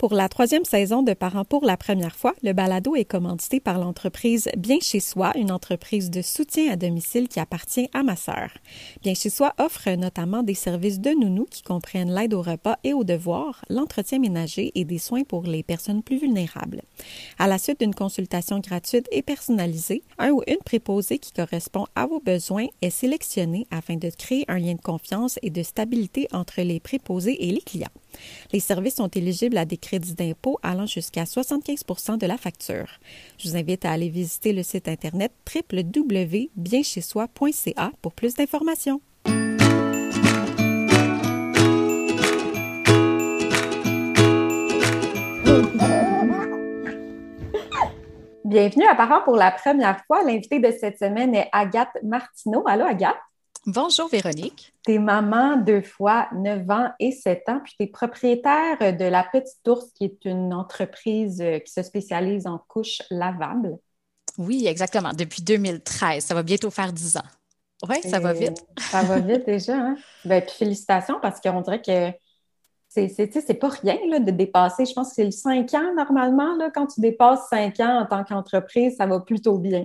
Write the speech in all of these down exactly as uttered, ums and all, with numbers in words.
Pour la troisième saison de Parents pour la première fois, le balado est commandité par l'entreprise Bien chez soi, une entreprise de soutien à domicile qui appartient à ma sœur. Bien chez soi offre notamment des services de nounou qui comprennent l'aide au repas et aux devoirs, l'entretien ménager et des soins pour les personnes plus vulnérables. À la suite d'une consultation gratuite et personnalisée, un ou une préposée qui correspond à vos besoins est sélectionné afin de créer un lien de confiance et de stabilité entre les préposés et les clients. Les services sont éligibles à des crédits d'impôt allant jusqu'à soixante-quinze pour cent de la facture. Je vous invite à aller visiter le site internet w w w point bien chez soi point c a pour plus d'informations. Bienvenue à Parents pour la première fois. L'invitée de cette semaine est Agathe Martineau. Allô, Agathe? Bonjour Véronique. Tu es maman deux fois, neuf ans et sept ans, puis tu es propriétaire de La Petite Ours, qui est une entreprise qui se spécialise en couches lavables. Oui, exactement. Depuis deux mille treize, ça va bientôt faire dix ans. Oui, ça va vite. Ça va vite déjà, hein? Ben, puis félicitations parce qu'on dirait que c'est, c'est, c'est pas rien là, de dépasser. Je pense que c'est le cinq ans normalement. Là, quand tu dépasses cinq ans en tant qu'entreprise, ça va plutôt bien.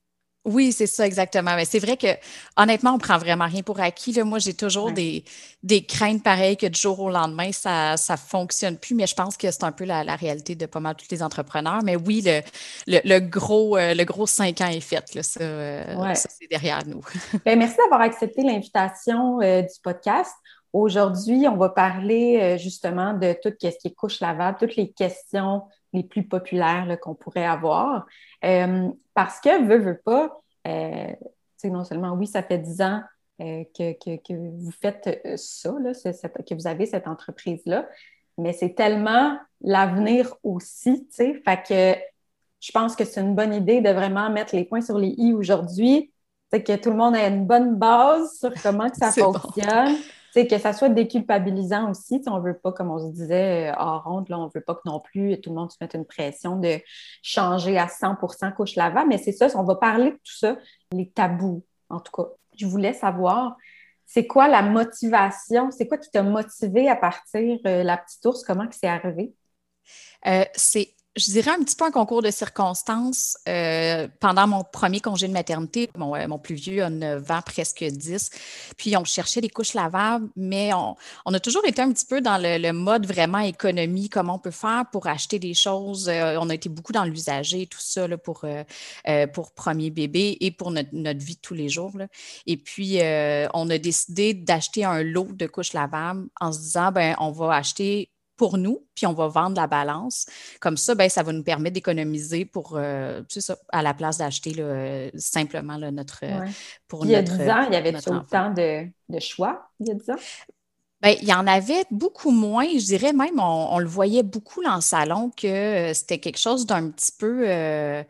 Oui, c'est ça exactement. Mais c'est vrai que honnêtement, on prend vraiment rien pour acquis. Là. Moi, j'ai toujours Ouais. des, des craintes pareilles que du jour au lendemain, ça ça fonctionne plus. Mais je pense que c'est un peu la, la réalité de pas mal tous les entrepreneurs. Mais oui, le, le, le gros euh, le gros cinq ans est fait. Là. Ça, euh, Ouais. ça, c'est derrière nous. Ben, merci d'avoir accepté l'invitation euh, du podcast. Aujourd'hui, on va parler euh, justement de tout ce qui est couche lavable, toutes les questions les plus populaires là, qu'on pourrait avoir. Euh, parce que, veux, veux pas, euh, tu sais, non seulement, oui, ça fait dix ans euh, que, que, que vous faites euh, ça, là, c'est, cette- que vous avez cette entreprise-là, mais c'est tellement l'avenir aussi, tu sais. Fait que je pense que c'est une bonne idée de vraiment mettre les points sur les i aujourd'hui. C'est que tout le monde ait une bonne base sur comment que ça C'est bon. fonctionne. T'sais, que ça soit déculpabilisant aussi. T'sais, on veut pas, comme on se disait euh, hors honte, là, on veut pas que non plus tout le monde se mette une pression de changer à cent pour cent couche lavable. Mais c'est ça, on va parler de tout ça, les tabous, en tout cas. Je voulais savoir, c'est quoi la motivation? C'est quoi qui t'a motivé à partir euh, La Petite Ours? Comment que c'est arrivé? Euh, c'est, je dirais, un petit peu un concours de circonstances. Euh, pendant mon premier congé de maternité, mon, euh, mon plus vieux a neuf ans, presque dix. Puis, on cherchait des couches lavables, mais on, on a toujours été un petit peu dans le, le mode vraiment économie, comment on peut faire pour acheter des choses. Euh, on a été beaucoup dans l'usager, tout ça, là, pour, euh, euh, pour premier bébé et pour notre, notre vie de tous les jours, là. Et puis, euh, on a décidé d'acheter un lot de couches lavables en se disant, ben, on va acheter pour nous, puis on va vendre la balance. Comme ça, ben, ça va nous permettre d'économiser pour, euh, c'est ça, à la place d'acheter là, euh, simplement là, notre, euh, Ouais. pour Puis il y a notre, dix ans, il y pour avait-tu notre enfant. autant de, de choix, il y a dix ans? Ben, il y en avait beaucoup moins, je dirais même, on, on le voyait beaucoup dans le salon que euh, c'était quelque chose d'un petit peu, euh,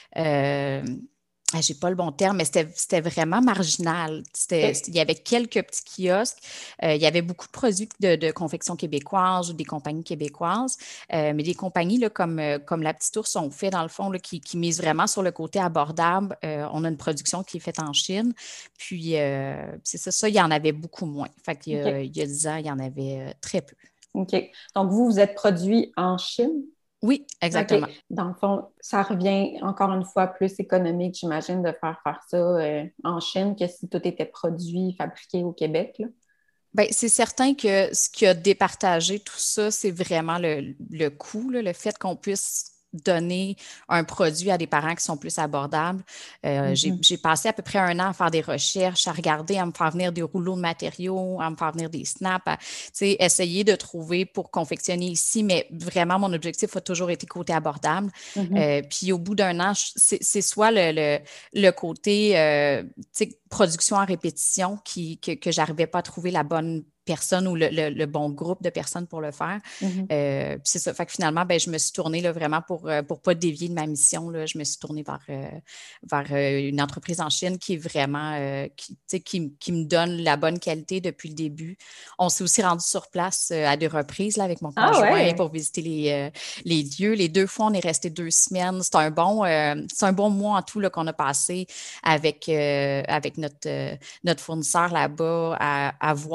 euh, ah, j'ai pas le bon terme, mais c'était, c'était vraiment marginal. C'était, OK. c'était- il y avait quelques petits kiosques, euh, il y avait beaucoup de produits de, de confection québécoise ou des compagnies québécoises, euh, mais des compagnies là, comme, euh, comme La Petite Ours ont fait, dans le fond, là, qui, qui misent vraiment sur le côté abordable. Euh, on a une production qui est faite en Chine, puis euh, c'est ça, ça, il y en avait beaucoup moins. Fait qu'il y a, OK. il y a dix ans, il y en avait euh, très peu. OK. Donc, vous, vous êtes produit en Chine? Oui, OK. exactement. Dans le fond, ça revient encore une fois plus économique, j'imagine, de faire faire ça euh, en Chine que si tout était produit, fabriqué au Québec, là. Ben, c'est certain que ce qui a départagé tout ça, c'est vraiment le, le coût, là, le fait qu'on puisse donner un produit à des parents qui sont plus abordables. Euh, j'ai, Mhm. j'ai passé à peu près un an à faire des recherches, à regarder, à me faire venir des rouleaux de matériaux, à me faire venir des snaps, à, tu sais, essayer de trouver pour confectionner ici, mais vraiment, mon objectif a toujours été côté abordable. Mhm. Euh, puis au bout d'un an, je- c'est, c'est soit le, le, le côté, euh, tu sais, production à répétition qui, que, que j'arrivais pas à trouver la bonne personne ou le, le, le bon groupe de personnes pour le faire. Mhm. Euh, puis c'est ça. Fait que finalement, ben, je me suis tournée là, vraiment pour ne pour pas dévier de ma mission. Là, je me suis tournée vers, euh, vers euh, une entreprise en Chine qui est vraiment euh, qui, tu sais, qui, qui me donne la bonne qualité depuis le début. On s'est aussi rendu sur place euh, à deux reprises là, avec mon Ah conjoint ouais! pour visiter les, euh, les lieux. Les deux fois, on est resté deux semaines. C'est un bon, euh, c'est un bon mois en tout là, qu'on a passé avec, euh, avec notre, euh, notre fournisseur là-bas à, à voir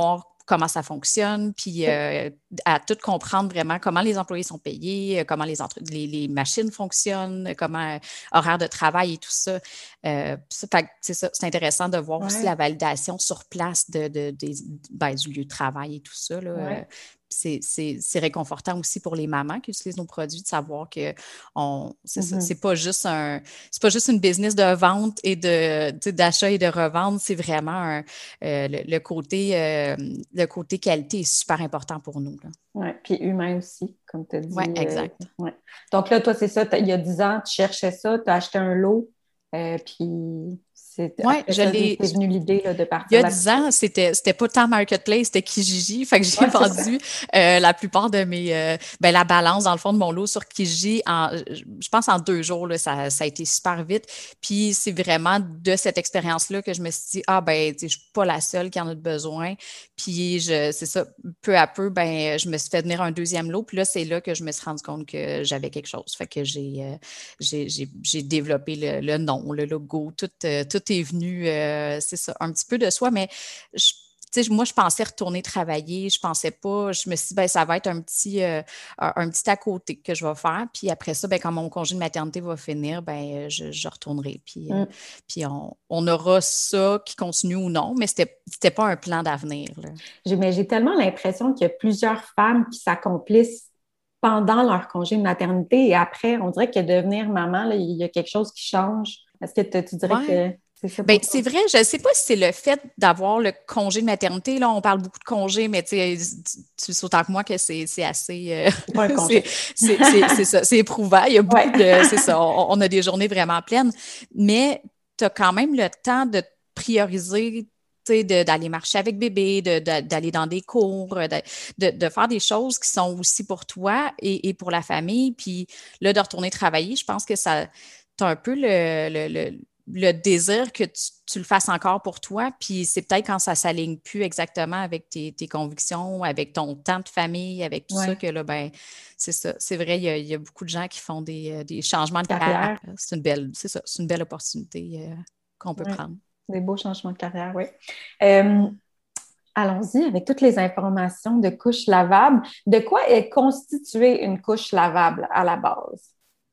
comment ça fonctionne, puis euh, à tout comprendre vraiment comment les employés sont payés, comment les, entre- les, les machines fonctionnent, comment euh, horaire de travail et tout ça. Euh, ça fait que c'est ça, c'est intéressant de voir aussi Ouais. la validation sur place de, de, des- ben, du lieu de travail et tout ça, là. Euh, Ouais. c'est, c'est, c'est réconfortant aussi pour les mamans qui utilisent nos produits de savoir que on, c'est ça, Mhm. c'est pas juste un, c'est pas juste une business de vente et de, tu sais, d'achat et de revente, c'est vraiment un, euh, le, le côté, euh, le côté qualité est super important pour nous, là. Ouais. Puis humain aussi, comme tu as Ouais, dit. euh, exact. ouais. Donc là, toi, c'est ça, t'as- il y a dix ans, tu cherchais ça, tu as acheté un lot, euh, puis c'est, Ouais, après je ça, l'ai. t'es venu l'idée là, de Il y partir a dix là-dessus. ans, c'était c'était pas tant Marketplace, c'était Kijiji. Fait que j'ai Ouais, c'est ça. vendu euh, la plupart de mes euh, ben la balance dans le fond de mon lot sur Kijiji en je je pense en deux jours là, ça, ça a été super vite. Puis c'est vraiment de cette expérience-là que je me suis dit ah ben tu sais, je suis pas la seule qui en a besoin. Puis je c'est ça peu à peu ben je me suis fait venir un deuxième lot. Puis là c'est là que je me suis rendu compte que j'avais quelque chose. Fait que j'ai euh, j'ai j'ai j'ai développé le, le nom, le logo, tout euh, tout est venu euh, c'est ça un petit peu de soi, mais je, tu sais, moi, je pensais retourner travailler. Je pensais pas. Je me suis dit, ben, ça va être un petit, euh, un, un petit à côté que je vais faire. Puis après ça, ben, quand mon congé de maternité va finir, ben, je, je retournerai. Puis, euh, Mm. puis on, on aura ça qui continue ou non, mais c'était, c'était pas un plan d'avenir, là. J'ai, mais j'ai tellement l'impression qu'il y a plusieurs femmes qui s'accomplissent pendant leur congé de maternité et après, on dirait que devenir maman, là, il y a quelque chose qui change. Est-ce que te- tu dirais Ouais. que c'est ça Ben, pour c'est toi? vrai, je ne sais pas si c'est le fait d'avoir le congé de maternité. Là, on parle beaucoup de congé, mais tu sais, tu tu sais autant que moi que c'est c'est assez. euh, C'est pas un c'est congé. c'est- c'est- c'est ça, c'est éprouvant. Il y a beaucoup Ouais. de. C'est ça, on, on a des journées vraiment pleines, mais tu as quand même le temps de prioriser. Tu sais, de- d'aller marcher avec bébé, de- de- d'aller dans des cours, de, de, de faire des choses qui sont aussi pour toi et, et pour la famille. Puis là, de retourner travailler, je pense que ça, tu as un peu le, le, le- le désir que tu, tu le fasses encore pour toi, puis c'est peut-être quand ça s'aligne plus exactement avec tes, tes convictions, avec ton temps de famille, avec tout ça, Ouais. que là, ben, c'est ça. C'est vrai, il y a, il y a beaucoup de gens qui font des, euh, des changements de carrière. Carrière. C'est une belle, c'est ça, c'est une belle opportunité euh, qu'on peut Ouais. prendre. Des beaux changements de carrière, oui. Euh, allons-y avec toutes les informations de couches lavables. De quoi est constituée une couche lavable à la base?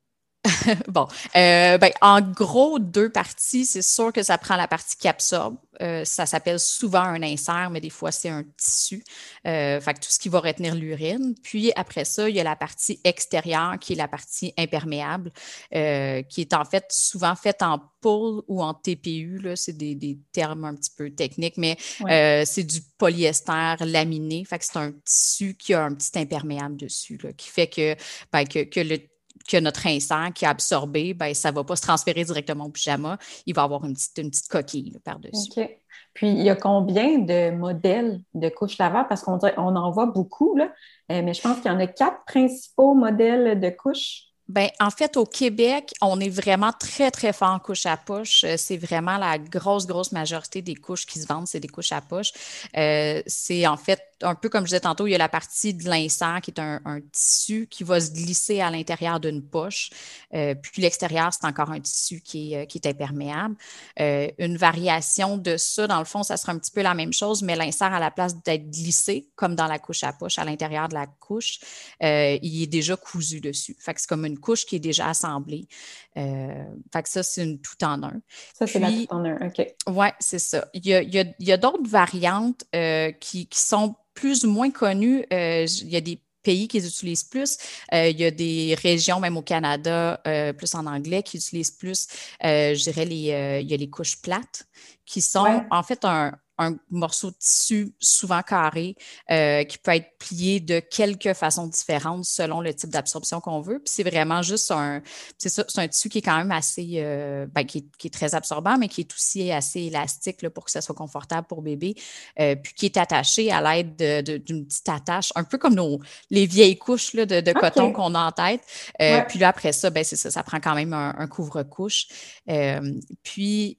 Bon, euh, ben, en gros, deux parties. C'est sûr que ça prend la partie qui absorbe. Euh, ça s'appelle souvent un insert, mais des fois, c'est un tissu. Euh, fait que tout ce qui va retenir l'urine. Puis après ça, il y a la partie extérieure qui est la partie imperméable, euh, qui est en fait souvent faite en poule ou en T P U. Là. C'est des, des termes un petit peu techniques, mais Ouais. euh, c'est du polyester laminé. Fait que c'est un tissu qui a un petit imperméable dessus, là, qui fait que, ben, que, que le que notre insert qui a absorbé, ben, ça ne va pas se transférer directement au pyjama. Il va avoir une petite, une petite coquille là, par-dessus. OK. Puis, il y a combien de modèles de couches lavables? Parce qu'on dirait- on en voit beaucoup, là. Euh, mais je pense qu'il y en a quatre principaux modèles de couches. Ben, en fait, au Québec, on est vraiment très, très fort en couche à poche. Euh, C'est vraiment la grosse, grosse majorité des couches qui se vendent, c'est des couches à poche. Euh, c'est en fait, un peu comme je disais tantôt, il y a la partie de l'insert qui est un, un tissu qui va se glisser à l'intérieur d'une poche. Euh, puis l'extérieur, c'est encore un tissu qui est, euh, qui est imperméable. Euh, une variation de ça, dans le fond, ça sera un petit peu la même chose, mais l'insert, à la place d'être glissé, comme dans la couche à poche, à l'intérieur de la couche, euh, il est déjà cousu dessus. Fait que c'est comme une couche qui est déjà assemblée. Euh, fait que ça, c'est une tout en un. Ça, c'est la tout Puis, en un. OK. ouais, c'est ça. Il y a, il y a, il y a d'autres variantes euh, qui, qui sont plus ou moins connues. Euh, il y a des pays qui les utilisent plus. Euh, il y a des régions, même au Canada, euh, plus en anglais, qui utilisent plus, euh, je dirais, les, euh, il y a les couches plates, qui sont Ouais. en fait un, un morceau de tissu souvent carré euh, qui peut être plié de quelques façons différentes selon le type d'absorption qu'on veut. Puis c'est vraiment juste un, c'est ça, c'est un tissu qui est quand même assez, euh, ben, qui, est, qui est très absorbant, mais qui est aussi assez élastique là, pour que ça soit confortable pour bébé. Euh, puis qui est attaché à l'aide de, de, d'une petite attache, un peu comme nos, les vieilles couches là, de, de coton OK. qu'on a en tête. Euh, Ouais. puis là, après ça, ben, c'est ça, ça prend quand même un, un couvre-couche. Euh, puis,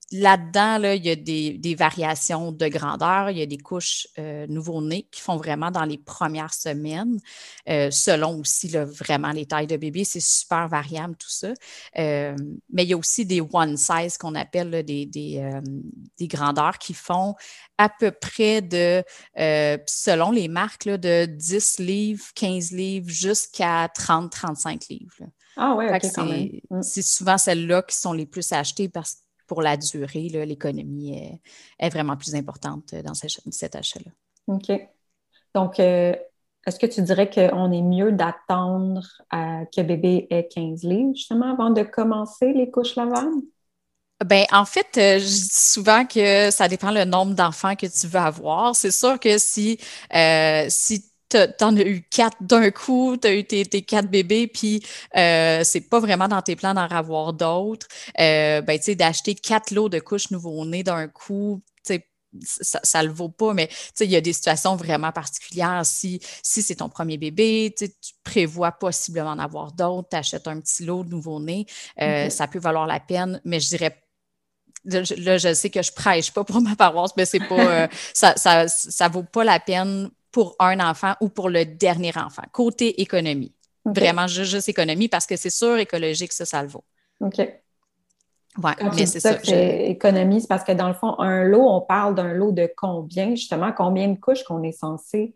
là-dedans, là, il y a des, des variations de grandeur. Il y a des couches euh, nouveau-nés qui font vraiment dans les premières semaines, euh, selon aussi là, vraiment les tailles de bébé. C'est super variable tout ça. Euh, mais il y a aussi des one size qu'on appelle là, des, des, euh, des grandeurs qui font à peu près de, euh, selon les marques, là, de dix livres, quinze livres jusqu'à trente, trente-cinq livres. Là. Ah ouais, Fait OK, que quand même. c'est, Mm. c'est souvent celles-là qui sont les plus achetées parce que pour la durée, là, l'économie est, est vraiment plus importante dans ce- cet achat-là. OK. Donc, euh, est-ce que tu dirais qu'on est mieux d'attendre à- que bébé ait quinze livres, justement, avant de commencer les couches lavables? Ben, en fait, euh, je dis souvent que ça dépend le nombre d'enfants que tu veux avoir. C'est sûr que si, euh, si t'as- t'en as eu quatre d'un coup, tu as eu tes, tes quatre bébés, puis euh, c'est pas vraiment dans tes plans d'en avoir d'autres, euh, ben, tu sais, d'acheter quatre lots de couches nouveau-nés d'un coup, tu sais, ça, ça le vaut pas, mais tu sais, il y a des situations vraiment particulières. Si, si c'est ton premier bébé, tu sais, tu prévois possiblement en avoir d'autres, tu achètes un petit lot de nouveau-nés, euh, OK. ça peut valoir la peine, mais je dirais Là, je, là, je sais que je prêche pas pour ma paroisse, mais c'est pas, euh, ça, ça, ça vaut pas la peine pour un enfant ou pour le dernier enfant. Côté économie. OK. Vraiment, juste, juste économie, parce que c'est sûr, écologique, ça, ça le vaut. OK. Ouais, Quand tu mais dis c'est ça ça. que Je, c'est économie, c'est parce que dans le fond, un lot, on parle d'un lot de combien, justement, combien de couches qu'on est censé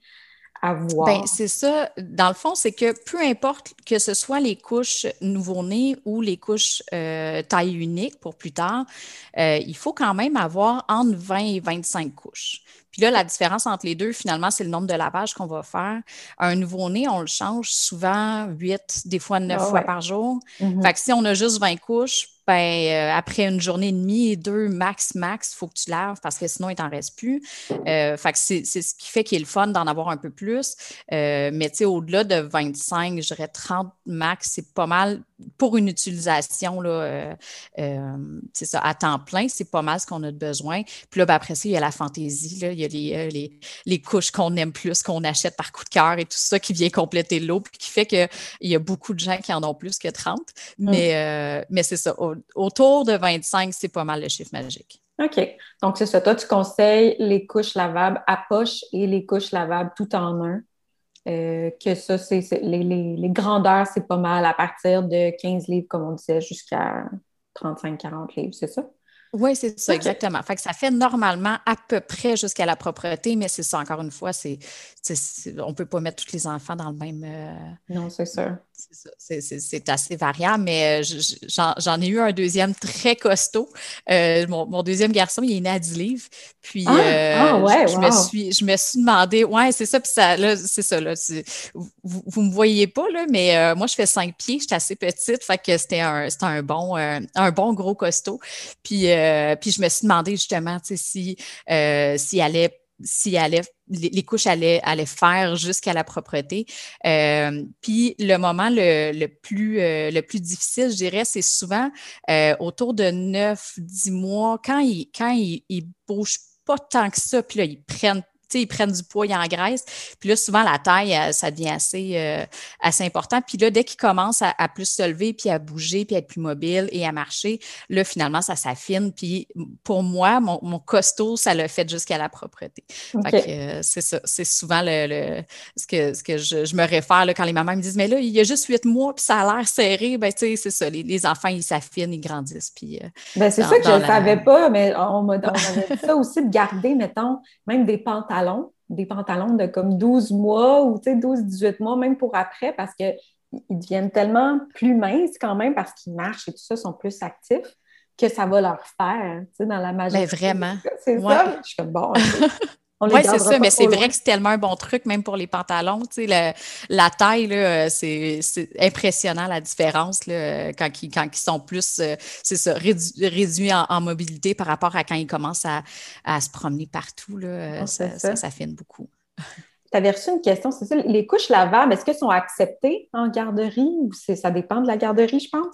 Ben, avoir? c'est ça. Dans le fond, c'est que peu importe que ce soit les couches nouveau-nés ou les couches euh, taille unique pour plus tard, euh, il faut quand même avoir entre vingt et vingt-cinq couches. Puis là, la différence entre les deux, finalement, c'est le nombre de lavages qu'on va faire. Un nouveau-né, on le change souvent huit, des fois neuf Ah fois ouais. par jour. Fait Mhm. que si on a juste vingt couches, ben, euh, après une journée et demie, deux max, max, il faut que tu laves parce que sinon, il t'en reste plus. Euh, fait que c'est, c'est ce qui fait qu'il est le fun d'en avoir un peu plus. Euh, mais tu sais, au-delà de vingt-cinq, je dirais trente max, c'est pas mal pour une utilisation, là, euh, euh, c'est ça, à temps plein, c'est pas mal ce qu'on a de besoin. Puis là, ben, après ça, il y a la fantaisie, là, il y a les, euh, les, les couches qu'on aime plus, qu'on achète par coup de cœur et tout ça qui vient compléter l'eau, puis qui fait qu'il y a beaucoup de gens qui en ont plus que trente. Mm. Mais, euh, mais c'est ça, au, autour de vingt-cinq, c'est pas mal le chiffre magique. OK. Donc, c'est ça. Toi, tu conseilles les couches lavables à poche et les couches lavables tout en un. Euh, que ça, c'est, c'est- les, les, les grandeurs, c'est pas mal à partir de quinze livres, comme on disait, jusqu'à trente-cinq quarante livres, c'est ça? Oui, c'est ça, OK. exactement. Fait que ça fait normalement à peu près jusqu'à la propreté, mais c'est ça, encore une fois, c'est, c'est, c'est- on ne peut pas mettre tous les enfants dans le même. euh, Non, c'est sûr. c'est ça, c'est, c'est- c'est assez variable, mais euh, je- je- j'en, j'en ai eu un deuxième très costaud. Euh, mon, mon deuxième garçon, il est né à dix livres. Puis Ah, ah euh, je, ouais, je me wow. suis, je me suis demandé, ouais, c'est ça, puis ça, là, c'est ça, là. c'est- vous, vous me voyez pas, là, mais euh, moi, je fais cinq pieds, je suis assez petite, fait que c'était un, c'était un bon, euh, un bon gros costaud. Puis, euh, puis je me suis demandé justement, tu sais, si, euh, s'il allait, s'il allait, les, les couches allaient, allaient faire jusqu'à la propreté. Euh, puis le moment le, le plus, euh, le plus difficile, je dirais, c'est souvent euh, autour de neuf dix mois, quand ils quand ils, ils bougent pas tant que ça, puis là, ils prennent tu sais, ils prennent du poids, ils engraissent. Puis là, souvent, la taille, euh, ça devient assez, euh, assez important. Puis là, dès qu'ils commencent à, à plus se lever, puis à bouger, puis à être plus mobile et à marcher, là, finalement, ça s'affine. Puis pour moi, mon, mon costaud, ça l'a fait jusqu'à la propreté. Fait que OK. euh, c'est ça. C'est souvent le, le- ce que, ce que je, je me réfère là, quand les mamans me disent, mais là, il y a juste huit mois, puis ça a l'air serré. Ben, tu sais, c'est ça. Les, les enfants, ils s'affinent, ils grandissent. Puis euh, Ben, c'est ça dans, que je dans ne la. savais pas, mais on m'a- on m'avait dit ça aussi de garder, mettons, même des pantalons, des pantalons de comme douze mois ou tu sais, douze dix-huit mois, même pour après, parce qu'ils deviennent tellement plus minces quand même parce qu'ils marchent et tout ça, sont plus actifs, que ça va leur faire, tu sais, dans la Mais majorité des vraiment. cas. C'est Ouais. ça. Je suis comme, bon, OK, on les Oui, c'est gardera ça, pas mais c'est trop vrai loin. que c'est tellement un bon truc, même pour les pantalons. Tu sais, le- la taille, là, euh, c'est, c'est impressionnant la différence là, quand, ils, quand ils sont plus, euh, c'est ça, rédu- réduits en, en mobilité par rapport à quand ils commencent à, à se promener partout. Là, euh, Non, c'est ça, ça ça. s'affine beaucoup. Tu avais reçu une question, c'est ça. Les couches lavables, est-ce qu'elles sont acceptées en garderie ou c'est, ça dépend de la garderie, je pense?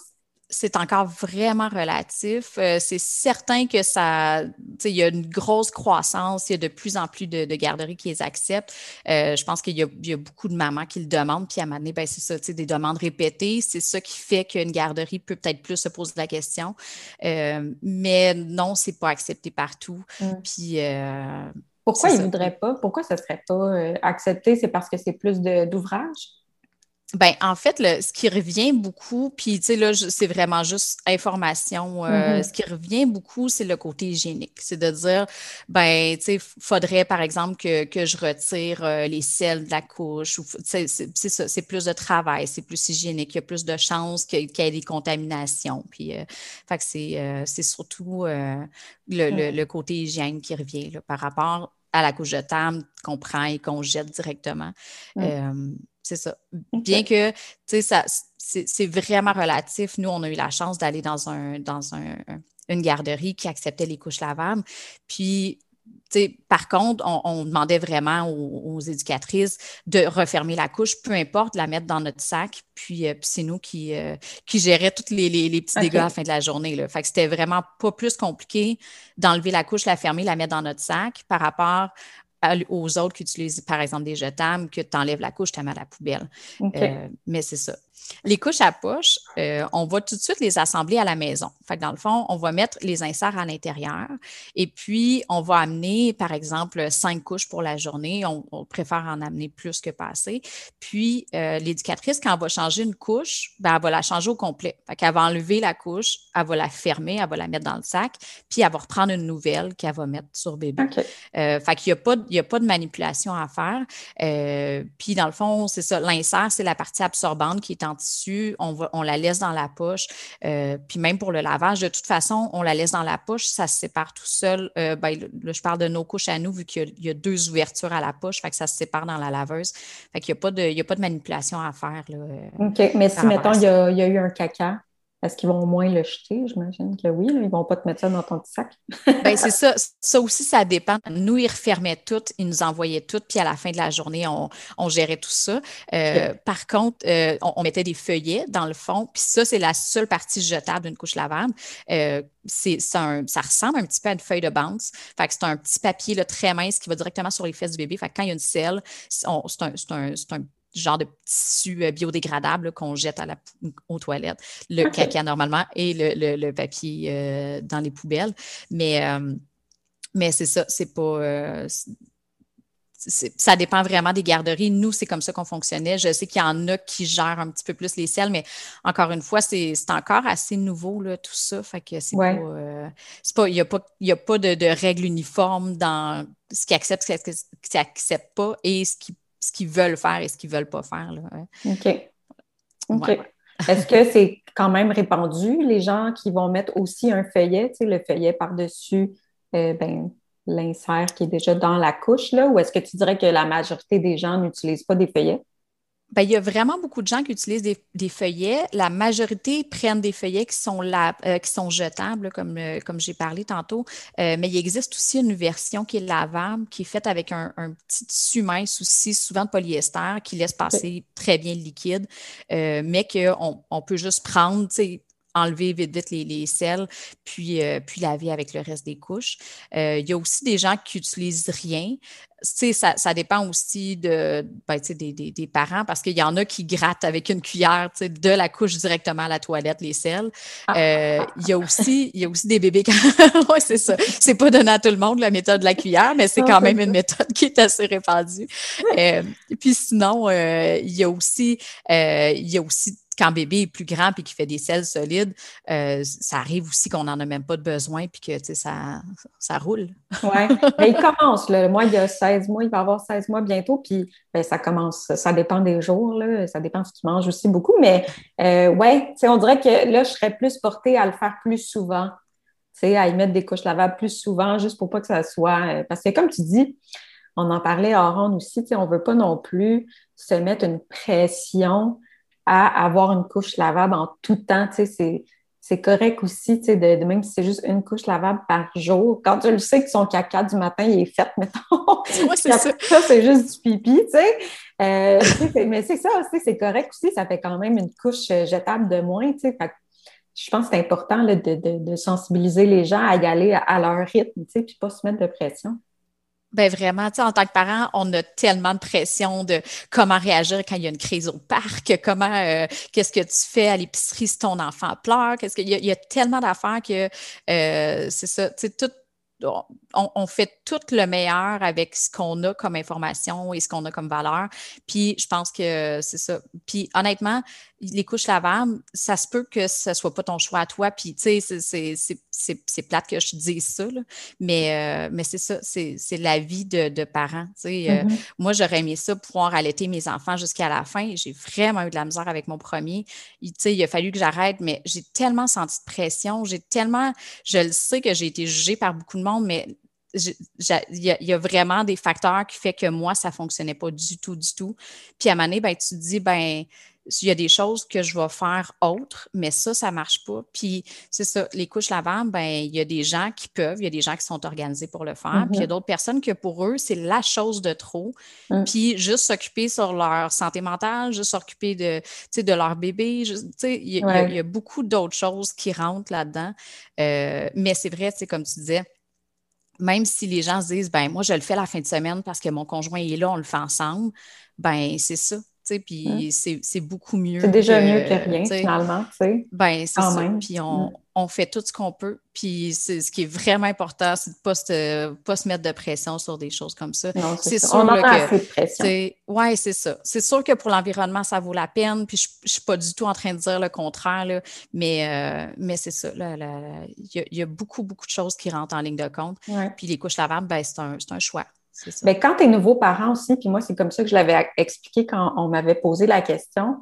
c'est encore vraiment relatif. Euh, c'est certain que ça, tu sais, il y a une grosse croissance, il y a de plus en plus de, de garderies qui les acceptent. Euh, je pense qu'il y a, il y a beaucoup de mamans qui le demandent, puis à un moment donné, ben, c'est ça, tu sais, des demandes répétées. C'est ça qui fait qu'une garderie peut peut-être plus se poser la question. Euh, mais non, c'est pas accepté partout. Mm. Puis, euh, c'est Pourquoi ils ne ça. voudraient pas? Pourquoi ce ne serait pas euh, accepté? C'est parce que c'est plus de, d'ouvrage? Ben, en fait, le, ce qui revient beaucoup, puis tu sais, là, je- c'est vraiment juste information. Euh, ce Mhm. qui revient beaucoup, c'est le côté hygiénique. C'est de dire, ben, tu sais, faudrait, par exemple, que, que je retire euh, les selles de la couche. Ou, tu sais, c'est c'est ça, c'est plus de travail, c'est plus hygiénique. Il y a plus de chances que- qu'il y ait des contaminations. Puis, euh, fait que c'est euh, c'est surtout euh, le, le, Mm. le côté hygiène qui revient là, par rapport à la couche jetable qu'on prend et qu'on jette directement. Mm. Euh, c'est ça. Bien OK. que, tu sais, ça, c'est, c'est vraiment relatif. Nous, on a eu la chance d'aller dans un, dans un, une garderie qui acceptait les couches lavables. Puis, tu sais, par contre, on, on demandait vraiment aux, aux éducatrices de refermer la couche, peu importe, la mettre dans notre sac. Puis, euh, puis c'est nous qui, euh, qui gérait tous les, les, les petits dégâts à la OK. fin de la journée, là. Fait que c'était vraiment pas plus compliqué d'enlever la couche, la fermer, la mettre dans notre sac par rapport à- aux autres qui utilisent, par exemple, des jetables, que tu enlèves la couche, tu la mets à la poubelle. OK. Euh, mais c'est ça. Les couches à poche, euh, on va tout de suite les assembler à la maison. Fait que dans le fond, on va mettre les inserts à l'intérieur et puis on va amener, par exemple, cinq couches pour la journée. On, on préfère en amener plus que pas assez. Puis euh, l'éducatrice, quand elle va changer une couche, ben, elle va la changer au complet. Fait qu'elle va enlever la couche, elle va la fermer, elle va la mettre dans le sac, puis elle va reprendre une nouvelle qu'elle va mettre sur bébé. OK. Euh, fait qu'il n'y a pas, il y a pas de manipulation à faire. Euh, puis dans le fond, c'est ça, l'insert, c'est la partie absorbante qui est en tissu. On, va, on la laisse dans la poche. Euh, puis même pour le lavage, de toute façon, on la laisse dans la poche, ça se sépare tout seul. Euh, ben, là, je parle de nos couches à nous, vu qu'il y a, il y a deux ouvertures à la poche, fait que ça se sépare dans la laveuse. Fait qu'il n'y a pas de, il y a pas de manipulation à faire là, euh, OK. Mais par si, rapport à mettons, il y ça. a, il y a eu un caca, est-ce qu'ils vont au moins le jeter? J'imagine que oui, là. Ils ne vont pas te mettre ça dans ton petit sac. Ben c'est ça. Ça aussi, ça dépend. Nous, ils refermaient tout, ils nous envoyaient tout, puis à la fin de la journée, on, on gérait tout ça. Euh, OK. par contre, euh, on, on mettait des feuillets dans le fond, puis ça, c'est la seule partie jetable d'une couche lavable. Euh, c'est, c'est un, ça ressemble un petit peu à une feuille de bounce. Fait que c'est un petit papier là, très mince qui va directement sur les fesses du bébé. Fait que quand il y a une selle, c'est, on- c'est un, c'est un, c'est un genre de tissu euh, biodégradable là, qu'on jette à la, aux toilettes, le OK. caca normalement et le, le, le papier euh, dans les poubelles. Mais, euh, mais c'est ça, c'est pas. Euh, c'est- ça dépend vraiment des garderies. Nous, c'est comme ça qu'on fonctionnait. Je sais qu'il y en a qui gèrent un petit peu plus les selles, mais encore une fois, c'est c'est encore assez nouveau, là, tout ça. Fait que c'est pas. Ouais. euh, c'est pas, il n'y a pas, il y a pas de, de règles uniformes dans ce qu'ils acceptent, ce qu'ils n'acceptent pas et ce qu'ils ce qu'ils veulent faire et ce qu'ils veulent pas faire, là. OK. OK. Ouais. Est-ce que c'est quand même répandu, les gens qui vont mettre aussi un feuillet, tu sais, le feuillet par-dessus euh, ben, l'insert qui est déjà dans la couche, là, ou est-ce que tu dirais que la majorité des gens n'utilisent pas des feuillets? Ben, il y a vraiment beaucoup de gens qui utilisent des, des feuillets. La majorité prennent des feuillets qui sont, la- euh, qui sont jetables, là, comme, euh, comme j'ai parlé tantôt. Euh, mais il existe aussi une version qui est lavable, qui est faite avec un, un petit tissu mince aussi, souvent de polyester, qui laisse OK. passer très bien le liquide, euh, mais qu'on on peut juste prendre, tu sais, enlever vite, vite les, les selles, puis, euh, puis laver avec le reste des couches. Euh, il y a aussi des gens qui n'utilisent rien. Tu sais, ça, ça dépend aussi de, ben, tu sais, des, des, des parents parce qu'il y en a qui grattent avec une cuillère tu sais, de la couche directement à la toilette, les selles. Euh, il y a aussi, il y a aussi des bébés quand... ouais, c'est ça. C'est pas donné à tout le monde la méthode de la cuillère, mais c'est Non, quand c'est même une ça. méthode qui est assez répandue. Euh, puis sinon, euh, il y a aussi, euh, il y a aussi quand bébé est plus grand puis qu'il fait des selles solides, euh, ça arrive aussi qu'on n'en a même pas de besoin puis que tu sais, ça, ça roule. Oui, mais il commence, là. Moi, il y a seize mois, il va avoir seize mois bientôt, puis ben, ça commence, ça dépend des jours, là. Ça dépend si tu manges aussi beaucoup, mais euh, ouais, tu sais, on dirait que là, je serais plus portée à le faire plus souvent, tu sais, à y mettre des couches lavables plus souvent, juste pour pas que ça soit... euh, Parce que comme tu dis, on en parlait à ronde aussi, tu sais, on veut pas non plus se mettre une pression à avoir une couche lavable en tout temps, tu sais, c'est... C'est correct aussi, tu sais, de, de même si c'est juste une couche lavable par jour. Quand tu le sais que son caca du matin, il est fait, mettons. Ouais, Puis c'est ça. après ça, c'est juste du pipi, tu sais. Euh, tu sais, c'est- mais c'est ça aussi, c'est correct aussi. Ça fait quand même une couche euh, jetable de moins, tu sais. Fait que je pense que c'est important là, de, de, de sensibiliser les gens à y aller à, à leur rythme, tu sais, puis pas se mettre de pression. Ben vraiment, tu sais, en tant que parent, on a tellement de pression de comment réagir quand il y a une crise au parc, comment, euh, qu'est-ce que tu fais à l'épicerie si ton enfant pleure, qu'est-ce qu'il y a, il y a tellement d'affaires que euh, c'est ça, tu sais, tout, on, on fait tout le meilleur avec ce qu'on a comme information et ce qu'on a comme valeur. Puis je pense que c'est ça. Puis honnêtement, les couches lavables, ça se peut que ce soit pas ton choix à toi. Puis tu sais, c'est, c'est, c'est, c'est, c'est plate que je dise ça, là. Mais, euh, mais c'est ça, c'est, c'est la vie de, de parents. Tu sais, euh, Mm-hmm. moi, j'aurais aimé ça, pouvoir allaiter mes enfants jusqu'à la fin. J'ai vraiment eu de la misère avec mon premier. Il, tu sais, il a fallu que j'arrête, mais j'ai tellement senti de pression. J'ai tellement, je le sais que j'ai été jugée par beaucoup de monde, mais il y, y a vraiment des facteurs qui font que moi, ça ne fonctionnait pas du tout, du tout. Puis à un moment donné, ben, tu te dis, ben, il y a des choses que je vais faire autres, mais ça, ça ne marche pas. Puis c'est ça, les couches lavables, ben, il y a des gens qui peuvent, il y a des gens qui sont organisés pour le faire, puis il y a Mm-hmm. d'autres personnes que pour eux, c'est la chose de trop. Mm. Puis juste s'occuper sur leur santé mentale, juste s'occuper de, de leur bébé. Il y, Ouais. y, y a beaucoup d'autres choses qui rentrent là-dedans. Euh, mais c'est vrai, comme tu disais, même si les gens se disent, ben moi, je le fais la fin de semaine parce que mon conjoint est là, on le fait ensemble, ben c'est ça. Puis Mm. c'est, c'est beaucoup mieux C'est déjà mieux que que, rien, t'sais, finalement, tu sais, ben c'est quand ça. même. Puis Mm. on, on fait tout ce qu'on peut. Puis c'est, ce qui est vraiment important, c'est de ne pas se, pas se mettre de pression sur des choses comme ça. Non, c'est C'est ça. sûr On en là, a que, assez de pression. ouais, c'est ça. C'est sûr que pour l'environnement, ça vaut la peine. Puis je ne suis pas du tout en train de dire le contraire, là, mais, euh, mais c'est ça. Il y, y a beaucoup, beaucoup de choses qui rentrent en ligne de compte. Ouais. Puis les couches lavables, ben, c'est un, c'est un choix. C'est ça. Bien, quand tu es nouveau parent aussi, puis moi, c'est comme ça que je l'avais expliqué quand on m'avait posé la question,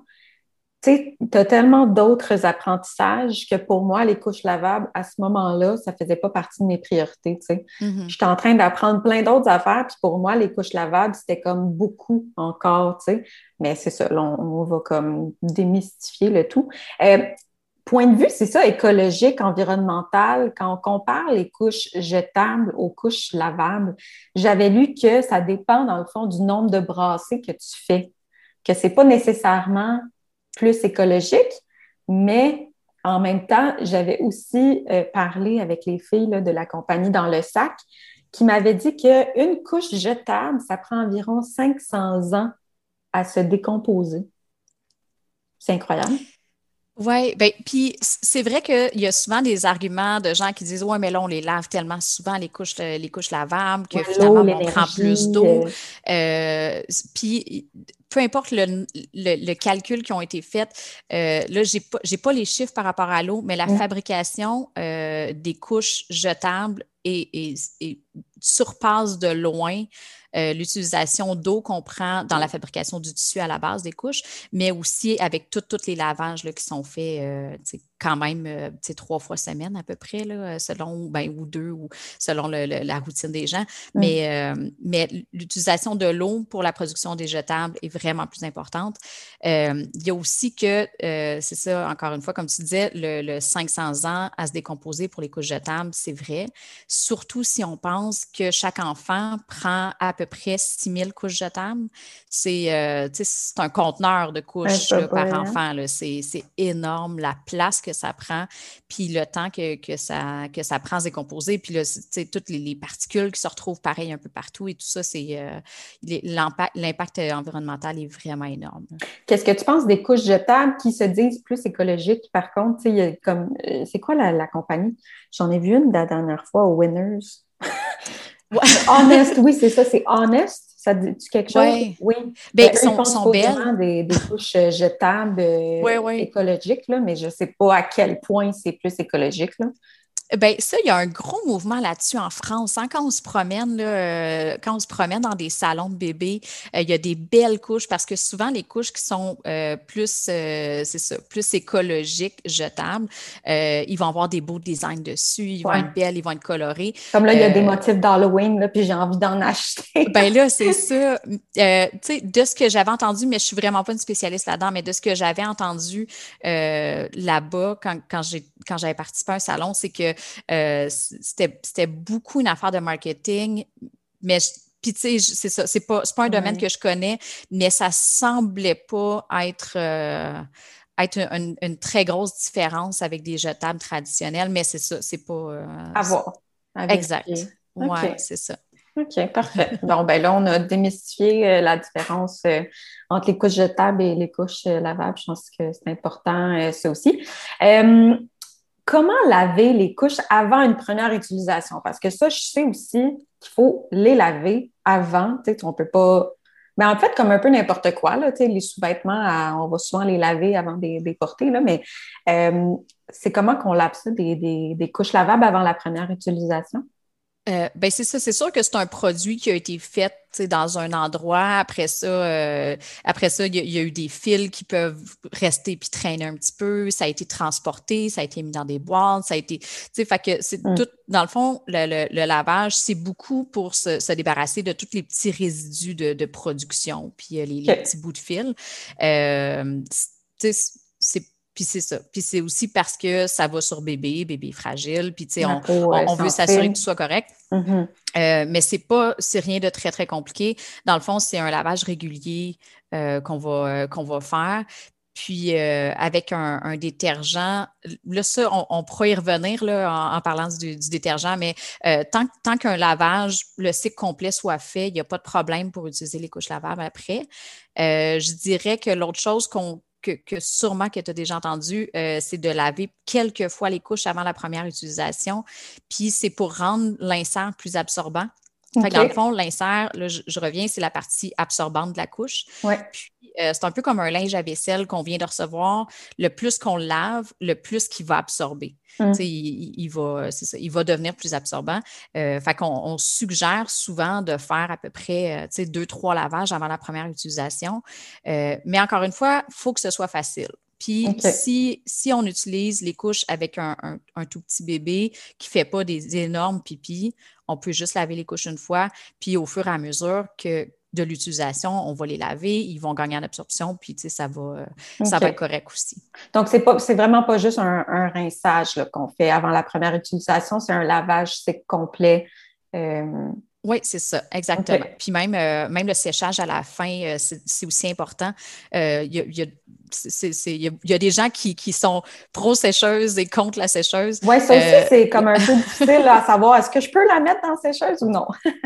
tu sais, tu as tellement d'autres apprentissages que pour moi, les couches lavables, à ce moment-là, ça faisait pas partie de mes priorités, tu sais. Mm-hmm. J'étais en train d'apprendre plein d'autres affaires, puis pour moi, les couches lavables, c'était comme beaucoup encore, tu sais. Mais c'est ça, là, on, on va comme démystifier le tout. Euh, point de vue, c'est ça, écologique, environnemental, quand on compare les couches jetables aux couches lavables, j'avais lu que ça dépend, dans le fond, du nombre de brassées que tu fais, que c'est pas nécessairement plus écologique, mais en même temps, j'avais aussi euh, parlé avec les filles là, de la compagnie Dans le sac qui m'avaient dit qu'une couche jetable, ça prend environ cinq cents ans à se décomposer. C'est incroyable. Oui, bien, puis c'est vrai qu'il y a souvent des arguments de gens qui disent ouais, mais là, on les lave tellement souvent, les couches, les couches lavables, que ouais, finalement, on prend plus d'eau. Euh... Euh, puis peu importe le, le, le calcul qui ont été faits, euh, là, j'ai pas, j'ai pas les chiffres par rapport à l'eau, mais la mmh. fabrication euh, des couches jetables est, est, est, surpasse de loin Euh, l'utilisation d'eau qu'on prend dans la fabrication du tissu à la base des couches, mais aussi avec tous les lavages là, qui sont faits euh, quand même euh, trois fois semaine à peu près, là, selon, ben, ou deux, ou selon le, le, la routine des gens. Mm. Mais, euh, mais l'utilisation de l'eau pour la production des jetables est vraiment plus importante. Euh, il y a aussi que, euh, c'est ça, encore une fois, comme tu disais, le, le cinq cents ans à se décomposer pour les couches jetables, c'est vrai. Surtout si on pense que chaque enfant prend à peu près six mille couches jetables. C'est, euh, c'est un conteneur de couches là, par hein? enfant. Là. C'est, c'est énorme, la place que ça prend, puis le temps que, que, ça, que ça prend à se décomposer. Puis là, toutes les, les particules qui se retrouvent pareil un peu partout et tout ça, c'est, euh, l'impact, l'impact environnemental est vraiment énorme. Qu'est-ce que tu penses des couches jetables qui se disent plus écologiques? Par contre, il y a comme, c'est quoi la, la compagnie? J'en ai vu une la dernière fois au Winners. Honest, oui, c'est ça, c'est Honest. Ça dit-tu quelque chose? Ouais. Oui. Ben, ben, sont, eux, ils font sont belles. Des, des couches jetables euh, ouais, ouais. écologiques, là, mais je ne sais pas à quel point c'est plus écologique. Là. Ben ça, il y a un gros mouvement là-dessus en France. Hein? Quand on se promène, là, euh, quand on se promène dans des salons de bébés, euh, il y a des belles couches parce que souvent les couches qui sont euh, plus, euh, c'est ça, plus écologiques, jetables, euh, ils vont avoir des beaux designs dessus, ils ouais. vont être belles, ils vont être colorés. Comme là, il y a euh, des motifs d'Halloween, là, puis j'ai envie d'en acheter. Ben là, c'est ça. Euh, tu sais, de ce que j'avais entendu, mais je suis vraiment pas une spécialiste là-dedans, mais de ce que j'avais entendu euh, là-bas quand, quand j'ai quand j'avais participé à un salon, c'est que euh, c'était, c'était beaucoup une affaire de marketing, mais je, puis tu sais, c'est ça, c'est pas, c'est pas un domaine ouais. que je connais, mais ça semblait pas être... Euh, être une, une très grosse différence avec des jetables traditionnels, mais c'est ça, c'est pas... Euh, À voir, à exact. vérifier. Oui, OK. c'est ça. OK, parfait. Bon, ben là, on a démystifié euh, la différence euh, entre les couches jetables et les couches euh, lavables. Je pense que c'est important, euh, ça aussi. Euh, comment laver les couches avant une première utilisation? Parce que ça, je sais aussi qu'il faut les laver avant. Tu sais, on peut pas... Mais en fait, comme un peu n'importe quoi, là, tu sais, les sous-vêtements, à- on va souvent les laver avant de les de les porter, là, mais euh, c'est comment qu'on lave ça, des, des, des couches lavables avant la première utilisation? Euh, ben c'est ça, c'est sûr que c'est un produit qui a été fait tu sais, dans un endroit. Après ça, euh, après ça, il y, a il y a eu des fils qui peuvent rester puis traîner un petit peu. Ça a été transporté, ça a été mis dans des boîtes, ça a été, tu sais, fait que c'est Mm. tout. Dans le fond, le, le- le lavage, c'est beaucoup pour se, se débarrasser de tous les petits résidus de, de production, puis euh, les, les OK. petits bouts de fil. Euh, tu sais, c'est puis c'est ça. Puis c'est aussi parce que ça va sur bébé, bébé fragile. Puis tu sais, La on, peau on, euh, on veut s'assurer que sensible. tout soit correct. Mhm. Euh, mais c'est pas, c'est rien de très, très compliqué. Dans le fond, c'est un lavage régulier euh, qu'on va, euh, qu'on va faire. Puis euh, avec un, un détergent, là, ça, on, on pourra y revenir là, en, en parlant du, du détergent, mais euh, tant, tant qu'un lavage, le cycle complet soit fait, il n'y a pas de problème pour utiliser les couches lavables après. Euh, je dirais que l'autre chose qu'on que, que sûrement que tu as déjà entendu, euh, c'est de laver quelques fois les couches avant la première utilisation. Puis c'est pour rendre l'insert plus absorbant. Fait que dans le OK. fond, l'insert, là, je, je reviens, c'est la partie absorbante de la couche. Ouais. Puis euh, c'est un peu comme un linge à vaisselle qu'on vient de recevoir. Le plus qu'on le lave, le plus qu'il va absorber. Tu sais, Mm. il, il va, c'est ça, il va devenir plus absorbant. Euh, fait qu'on on suggère souvent de faire à peu près euh, tu sais, deux, trois lavages avant la première utilisation. Euh, mais encore une fois, il faut que ce soit facile. Puis OK. si, si on utilise les couches avec un, un, un tout petit bébé qui ne fait pas des énormes pipis, on peut juste laver les couches une fois. Puis au fur et à mesure que de l'utilisation, on va les laver, ils vont gagner en absorption, puis tu sais, ça va, euh, ça va être OK. correct aussi. Donc, c'est pas, c'est vraiment pas juste un, un rinçage là, qu'on fait avant la première utilisation, c'est un lavage sec complet. Euh, Oui, c'est ça, exactement. OK. Puis même, euh, même le séchage à la fin, euh, c'est, c'est aussi important. Euh, Il y a, il y a- c'est- c'est- il y a- il y a des gens qui, qui sont pro-sécheuse et contre la sécheuse. Ouais, ça aussi, Euh, c'est comme un peu difficile là, à savoir, est-ce que je peux la mettre dans la sécheuse ou non?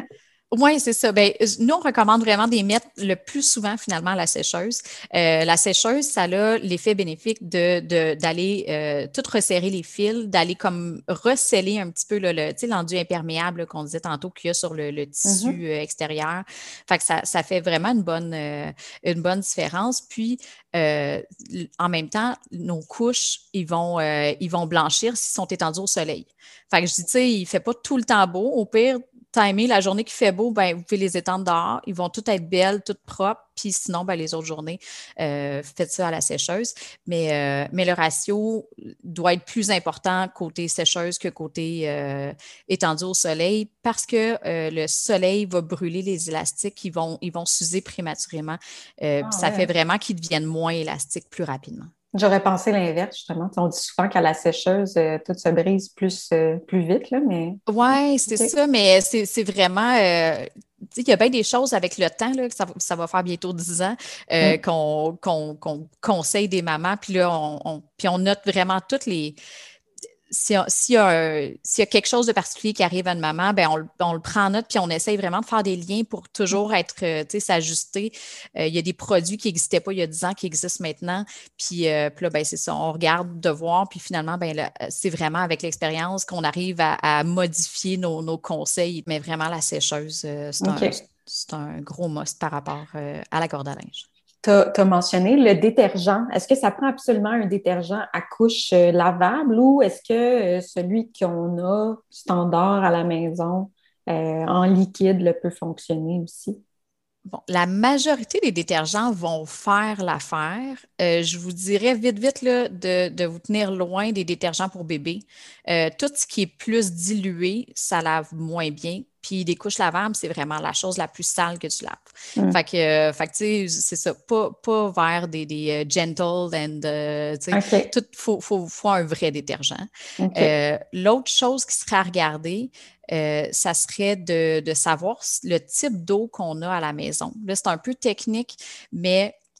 Oui, c'est ça. Ben, nous, on recommande vraiment de les mettre le plus souvent finalement à la sécheuse. Euh, la sécheuse, ça a l'effet bénéfique de, de- d'aller euh, tout resserrer les fils, d'aller comme recéler un petit peu là, le, tu sais, l'enduit imperméable là, qu'on disait tantôt qu'il y a sur le, le tissu Mhm. euh, extérieur. Fait que ça, ça fait vraiment une bonne, euh, une bonne différence. Puis, euh, en même temps, nos couches, ils vont, euh, ils vont blanchir s'ils sont étendus au soleil. Fait que je dis, tu sais, il fait pas tout le temps beau. Au pire, timer, la journée qui fait beau, ben, vous pouvez les étendre dehors. Ils vont toutes être belles, toutes propres. Puis sinon, ben, les autres journées, euh, faites ça à la sécheuse. Mais, euh, mais le ratio doit être plus important côté sécheuse que côté euh, étendu au soleil parce que euh, le soleil va brûler les élastiques. Ils vont, ils vont s'user prématurément. Euh, puis Ah ça ouais, fait hein. vraiment qu'ils deviennent moins élastiques plus rapidement. J'aurais pensé l'inverse, justement. On dit souvent qu'à la sécheuse, euh, tout se brise plus, euh, plus vite, là, mais Ouais, c'est OK. ça, mais c'est c'est vraiment, euh, tu sais, il y a bien des choses avec le temps, là, que ça, va- ça va faire bientôt dix ans, euh, Mm. qu'on qu'on qu'on conseille des mamans, puis là, on, on- puis on note vraiment toutes les, s'il y a, s'il y a un- s'il y a quelque chose de particulier qui arrive à une maman, ben on, le- on le prend en note, puis on essaye vraiment de faire des liens pour toujours être, euh, tu sais, s'ajuster. Euh, il y a des produits qui n'existaient pas il y a dix ans qui existent maintenant, puis, euh, puis là, ben c'est ça, on regarde de voir, puis finalement, ben là, c'est vraiment avec l'expérience qu'on arrive à, à modifier nos, nos conseils, mais vraiment la sécheuse, euh, c'est un, OK. c'est un gros must par rapport euh, à la corde à linge. Tu as mentionné le détergent. Est-ce que ça prend absolument un détergent à couche euh, lavable ou est-ce que euh, celui qu'on a standard à la maison euh, en liquide le peut fonctionner aussi? Bon, la majorité des détergents vont faire l'affaire. Euh, je vous dirais vite, vite là, de, de vous tenir loin des détergents pour bébé. Euh, tout ce qui est plus dilué, ça lave moins bien. Puis des couches lavables, c'est vraiment la chose la plus sale que tu laves. Mm. Fait que, euh, fait que, tu sais, c'est ça, pas, pas vers des, des euh, gentle and, euh, tu sais, OK. tout, faut, faut, faut un vrai détergent. OK. Euh, l'autre chose qui serait à regarder, euh, ça serait de, de savoir le type d'eau qu'on a à la maison. Là, c'est un peu technique, mais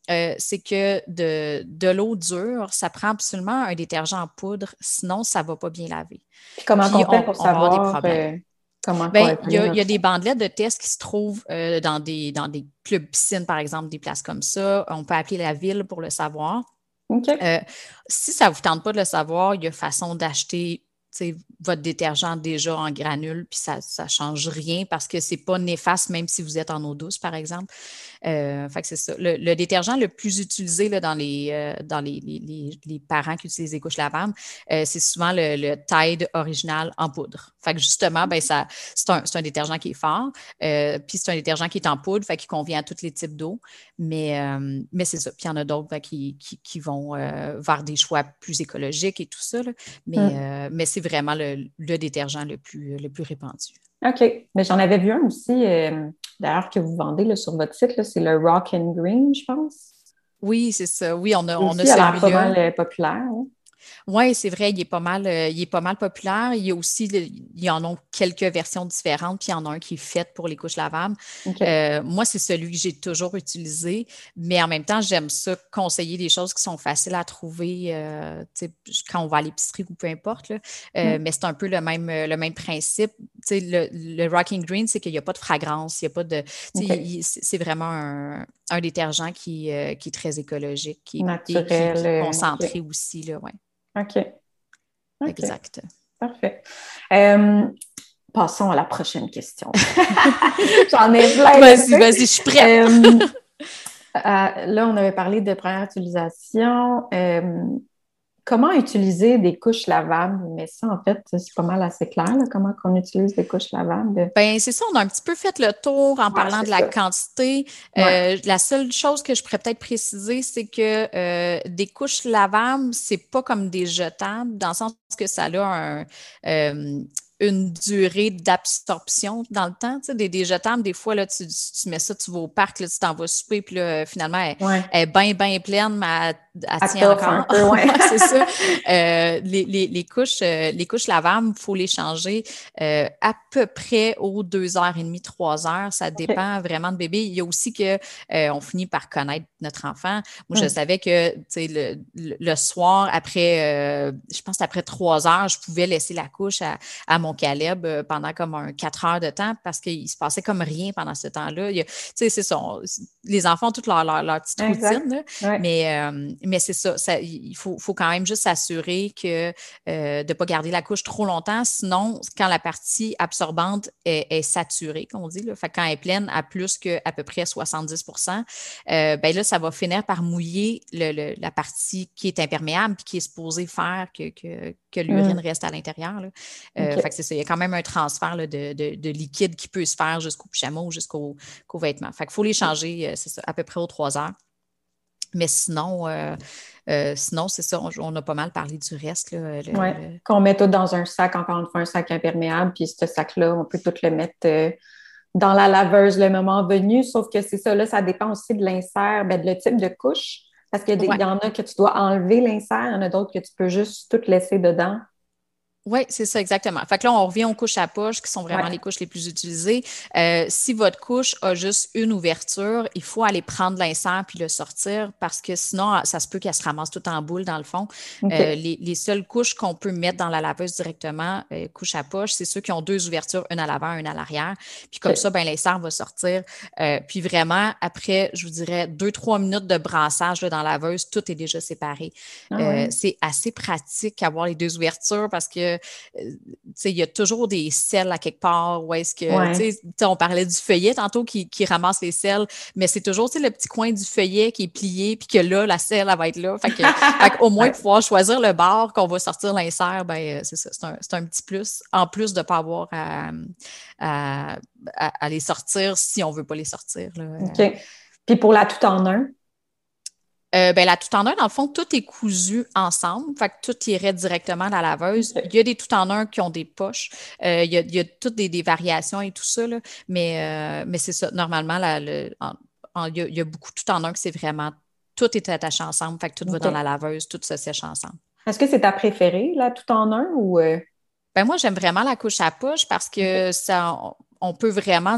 euh, c'est que de, de l'eau dure, ça prend absolument un détergent en poudre, sinon ça ne va pas bien laver. Puis comment Puis on fait on, pour on va avoir des savoir problèmes. euh, comment on Bien, va il y épeler a, il y a notre des eau? bandelettes de tests qui se trouvent euh, dans des, dans des clubs piscines, par exemple, des places comme ça. On peut appeler la ville pour le savoir. OK. Euh, si ça ne vous tente pas de le savoir, il y a façon d'acheter votre détergent déjà en granules, puis ça ne change rien parce que ce n'est pas néfaste, même si vous êtes en eau douce, par exemple. Euh, fait que c'est ça. Le, le détergent le plus utilisé là, dans, les, euh, dans les, les, les, les parents qui utilisent les couches lavables, euh, c'est souvent le, le Tide original en poudre. Fait que justement, ben, ça, c'est, un, c'est un détergent qui est fort, euh, puis c'est un détergent qui est en poudre, fait qu'il convient à tous les types d'eau. Mais, euh, mais c'est ça. Puis il y en a d'autres ben, qui, qui, qui vont euh, vers des choix plus écologiques et tout ça. Là. Mais, mm. euh, mais c'est vraiment le, le détergent le plus, le plus répandu. OK. Mais j'en avais vu un aussi, euh, d'ailleurs, que vous vendez là, sur votre site. Là, c'est le Rock and Green, je pense. Oui, c'est ça. Oui, on a, on aussi, a il a l'air pas celui-là. mal euh, populaire. Hein? Oui, c'est vrai, il est pas mal, euh, il est pas mal populaire. Il y a aussi, il y en a quelques versions différentes, puis il y en a un qui est fait pour les couches lavables. Okay. Euh, moi, c'est celui que j'ai toujours utilisé, mais en même temps, j'aime ça conseiller des choses qui sont faciles à trouver euh, quand on va à l'épicerie ou peu importe. Là. Euh, mm. Mais c'est un peu le même, le même principe. Le, le Rocking Green, c'est qu'il n'y a pas de fragrance, il y a pas de. Okay. Il, c'est vraiment un, un détergent qui, euh, qui est très écologique, qui est naturel, qui, qui est concentré okay. aussi. Là, ouais. OK. okay. Exact. Parfait. Euh, passons à la prochaine question. J'en ai plein. Vas-y, vas-y, je suis prête. Euh, euh, là, on avait parlé de première utilisation. Euh, comment utiliser des couches lavables? Mais ça, en fait, c'est pas mal assez clair, là, comment on utilise des couches lavables. Bien, c'est ça, on a un petit peu fait le tour en ouais, parlant de la ça. quantité. Ouais. Euh, la seule chose que je pourrais peut-être préciser, c'est que euh, des couches lavables, c'est pas comme des jetables, dans le sens que ça a un... Euh, une durée d'absorption dans le temps. Tu sais, des, des jetables, des fois, là, tu, tu mets ça, tu vas au parc, là, tu t'en vas souper, puis là, finalement, elle, ouais. elle est bien, bien pleine, mais elle, elle tient encore. Un peu, ouais. C'est ça. Euh, les, les, les, couches, euh, les couches lavables, il faut les changer euh, à peu près aux deux heures et demie, trois heures. Ça dépend okay. vraiment de bébé. Il y a aussi que euh, on finit par connaître notre enfant. Moi, je mm. savais que, tu sais, le, le, le soir, après, euh, je pense après trois heures, je pouvais laisser la couche à, à mon Caleb pendant comme un quatre heures de temps parce qu'il se passait comme rien pendant ce temps-là. Tu sais, c'est ça. On, les enfants ont toute leur, leur, leur petite exact. routine, ouais. mais, euh, mais c'est ça, ça. Il faut, faut quand même juste s'assurer que euh, de ne pas garder la couche trop longtemps. Sinon, quand la partie absorbante est, est saturée, comme on dit, là, fait quand elle est pleine à plus qu'à peu près soixante-dix pour cent, euh, ben là, ça va finir par mouiller le, le, la partie qui est imperméable et qui est supposée faire que, que, que l'urine mm. reste à l'intérieur. Là. Euh, okay. Fait que c'est ça. Il y a quand même un transfert là, de, de, de liquide qui peut se faire jusqu'au pyjama ou jusqu'aux vêtements. Fait qu'il faut les changer, euh, c'est ça, à peu près aux trois heures. Mais sinon, euh, euh, sinon c'est ça, on, on a pas mal parlé du reste. Oui, le... qu'on met tout dans un sac, encore une fois, un sac imperméable, puis ce sac-là, on peut tout le mettre euh, dans la laveuse le moment venu, sauf que c'est ça, là, ça dépend aussi de l'insert, ben, de le type de couche, parce qu'il y, ouais. y en a que tu dois enlever l'insert, il y en a d'autres que tu peux juste tout laisser dedans. Oui, c'est ça, exactement. Fait que là, on revient aux couches à poche, qui sont vraiment ouais. les couches les plus utilisées. Euh, si votre couche a juste une ouverture, il faut aller prendre l'insert puis le sortir parce que sinon, ça se peut qu'elle se ramasse tout en boule dans le fond. Okay. Euh, les, les seules couches qu'on peut mettre dans la laveuse directement, euh, couches à poche, c'est ceux qui ont deux ouvertures, une à l'avant, une à l'arrière. Puis comme okay. ça, ben l'insert va sortir. Euh, puis vraiment, après, je vous dirais, deux, trois minutes de brassage là, dans la laveuse, tout est déjà séparé. Ah, euh, ouais. C'est assez pratique d'avoir les deux ouvertures parce que il y a toujours des selles à quelque part où est-ce que, ouais. on parlait du feuillet tantôt qui, qui ramasse les selles, mais c'est toujours le petit coin du feuillet qui est plié puis que là, la selle, elle va être là. Fait que, fait au moins, ouais. pouvoir choisir le bord qu'on va sortir l'insert, ben, c'est ça, c'est un, c'est un petit plus, en plus de ne pas avoir à, à, à, à les sortir si on ne veut pas les sortir. Là. OK. Puis pour la tout en un? Euh, ben, la tout en un, dans le fond, tout est cousu ensemble. Fait que tout irait directement dans la laveuse. Okay. Il y a des tout en un qui ont des poches. Euh, il, y a, il y a toutes des, des variations et tout ça, là. Mais, euh, mais c'est ça. Normalement, la, le, en, en, il, y a, il y a beaucoup tout en un que c'est vraiment tout est attaché ensemble. Fait que tout okay. va dans la laveuse, tout se sèche ensemble. Est-ce que c'est ta préférée, la tout en un ou. Euh... Ben, moi, j'aime vraiment la couche à poche parce que okay. ça, on, on peut vraiment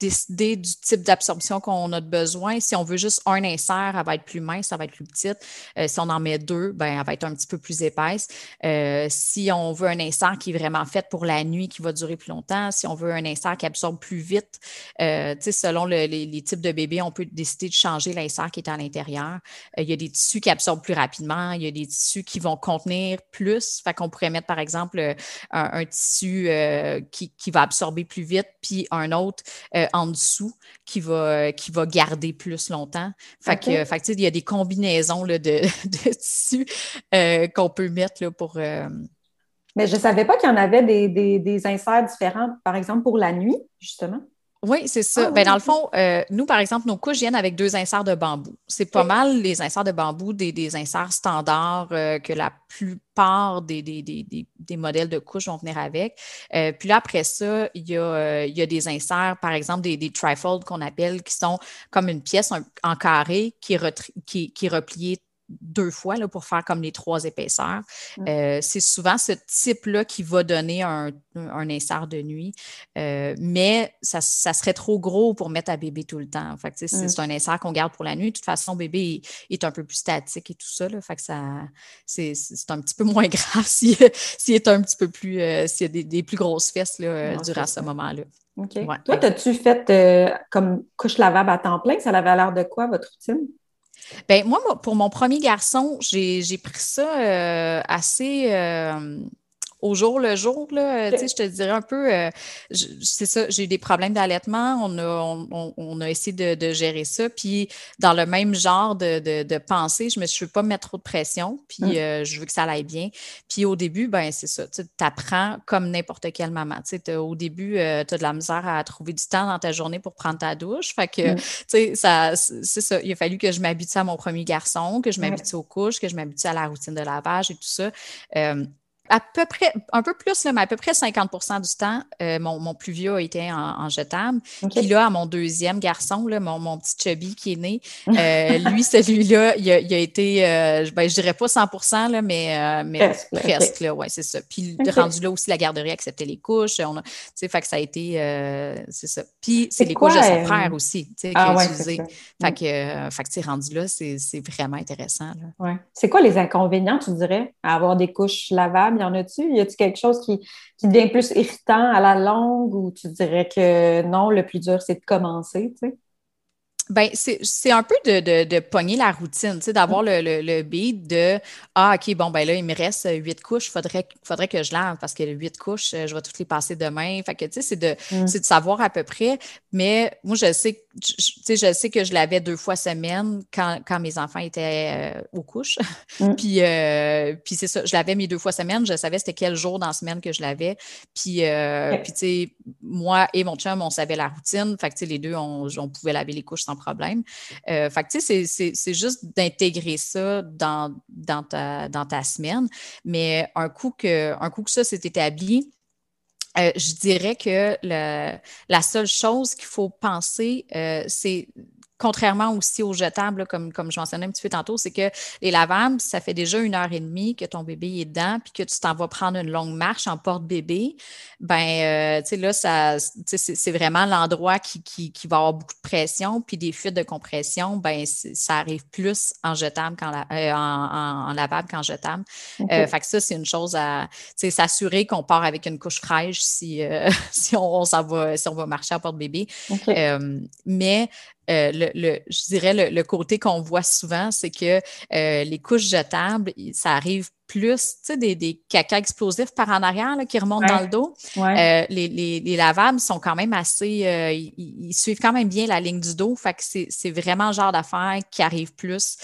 décider du type d'absorption qu'on a de besoin. Si on veut juste un insert, elle va être plus mince, ça va être plus petite. Euh, si on en met deux, ben, elle va être un petit peu plus épaisse. Euh, si on veut un insert qui est vraiment fait pour la nuit, qui va durer plus longtemps, si on veut un insert qui absorbe plus vite, euh, selon le, les, les types de bébés, on peut décider de changer l'insert qui est à l'intérieur. Euh, il y a des tissus qui absorbent plus rapidement, il y a des tissus qui vont contenir plus. Fait qu'on pourrait mettre, par exemple, un, un tissu euh, qui, qui va absorber plus vite, puis un autre euh, en dessous qui va, qui va garder plus longtemps. Fait okay. que, fait que, il y a des combinaisons là, de, de tissus euh, qu'on peut mettre là, pour... Euh... Mais je ne savais pas qu'il y en avait des, des, des inserts différents, par exemple, pour la nuit, justement. Oui, c'est ça. Ah, ben, oui. Dans le fond, euh, nous, par exemple, nos couches viennent avec deux inserts de bambou. C'est pas oui. mal les inserts de bambou, des, des inserts standards euh, que la plupart des, des, des, des, des modèles de couches vont venir avec. Euh, puis là, après ça, il y a, euh, il y a des inserts, par exemple, des, des trifolds qu'on appelle, qui sont comme une pièce en, en carré qui est, retri- qui, qui est repliée deux fois là, pour faire comme les trois épaisseurs. Mm. Euh, c'est souvent ce type-là qui va donner un, un insert de nuit, euh, mais ça, ça serait trop gros pour mettre à bébé tout le temps. Fait que, c'est, mm. c'est un insert qu'on garde pour la nuit. De toute façon, bébé est, est un peu plus statique et tout ça. Là, fait que ça c'est, c'est un petit peu moins grave s'il, s'il est un petit peu plus, euh, s'il y a des, des plus grosses fesses là, non, durant ce moment-là. OK. Ouais. Toi, as-tu fait euh, comme couche lavable à temps plein? Ça avait l'air de quoi, votre routine? Ben moi, pour mon premier garçon, j'ai, j'ai pris ça euh, assez euh, au jour le jour. Là, okay. Tu sais, je te dirais un peu, euh, je, c'est ça, j'ai eu des problèmes d'allaitement. On a, on, on a essayé de, de gérer ça. Puis, dans le même genre de, de, de pensée, je me suis, je veux pas me mettre trop de pression. Puis, mm. euh, je veux que ça aille bien. Puis, au début, ben c'est ça. Tu apprends comme n'importe quelle maman. Tu sais, au début, euh, tu as de la misère à trouver du temps dans ta journée pour prendre ta douche. Fait que, mm. tu sais, ça, c'est ça. Il a fallu que je m'habitue à mon premier garçon, que je m'habitue ouais. aux couches, que je m'habitue à la routine de lavage et tout ça. Euh, À peu près, un peu plus, là, mais à peu près cinquante pour cent du temps, euh, mon, mon plus vieux a été en, en jetable. Okay. Puis là, à mon deuxième garçon, là, mon, mon petit chubby qui est né, euh, lui, celui-là, il a, il a été, euh, ben, je dirais pas cent pour cent, là, mais, euh, mais presque, presque okay. là, ouais, c'est ça. Puis okay. rendu là aussi, la garderie acceptait les couches. On a, tu sais, fait que ça a été, euh, c'est ça. Puis c'est, c'est les quoi, couches de son euh... frère aussi, tu sais, qu'il ah, a ouais, utilisé. Fait que, euh, fait que, tu sais, rendu là, c'est, c'est vraiment intéressant, là. Ouais. C'est quoi les inconvénients, tu dirais, à avoir des couches lavables? Y en a-tu? Y a-tu quelque chose qui, qui devient plus irritant à la longue ou tu dirais que non, le plus dur, c'est de commencer, tu sais? Ben, c'est, c'est un peu de, de, de pogner la routine, tu sais, d'avoir le, le, le beat de « Ah, OK, bon, ben là, il me reste huit couches, faudrait, faudrait que je lave parce que huit couches, je vais toutes les passer demain. » Fait que, tu sais, c'est de, mm. c'est de savoir à peu près. Mais moi, je sais, tu sais, je sais que je lavais deux fois semaine quand, quand mes enfants étaient euh, aux couches. Mm. puis, euh, puis c'est ça, je lavais mes deux fois semaine. Je savais c'était quel jour dans la semaine que je lavais. Puis, euh, okay. puis tu sais, moi et mon chum, on savait la routine. Fait que, tu sais, les deux, on, on pouvait laver les couches sans problème. Euh, fait que, tu sais, c'est, c'est, c'est juste d'intégrer ça dans, dans, ta, dans ta semaine. Mais un coup que, un coup que ça s'est établi, euh, je dirais que le, la seule chose qu'il faut penser, euh, c'est contrairement aussi aux jetables, là, comme, comme je mentionnais un petit peu tantôt, c'est que les lavables, ça fait déjà une heure et demie que ton bébé est dedans, puis que tu t'en vas prendre une longue marche en porte-bébé, ben, euh, tu sais, là, ça, c'est, c'est vraiment l'endroit qui, qui, qui va avoir beaucoup de pression, puis des fuites de compression, ben, ça arrive plus en jetable qu'en euh, en, en, en lavable qu'en jetable. Okay. Euh, fait que ça, c'est une chose à, tu sais, s'assurer qu'on part avec une couche fraîche si, euh, si on, on s'en va, si on va marcher en porte-bébé. Okay. Euh, mais Euh, le, le, je dirais le, le côté qu'on voit souvent, c'est que euh, les couches jetables, ça arrive plus, tu sais, des, des caca explosifs par en arrière là, qui remontent ouais. dans le dos. Ouais. Euh, les, les, les lavables sont quand même assez, euh, ils, ils suivent quand même bien la ligne du dos, fait que c'est, c'est vraiment le genre d'affaires qui arrive plus.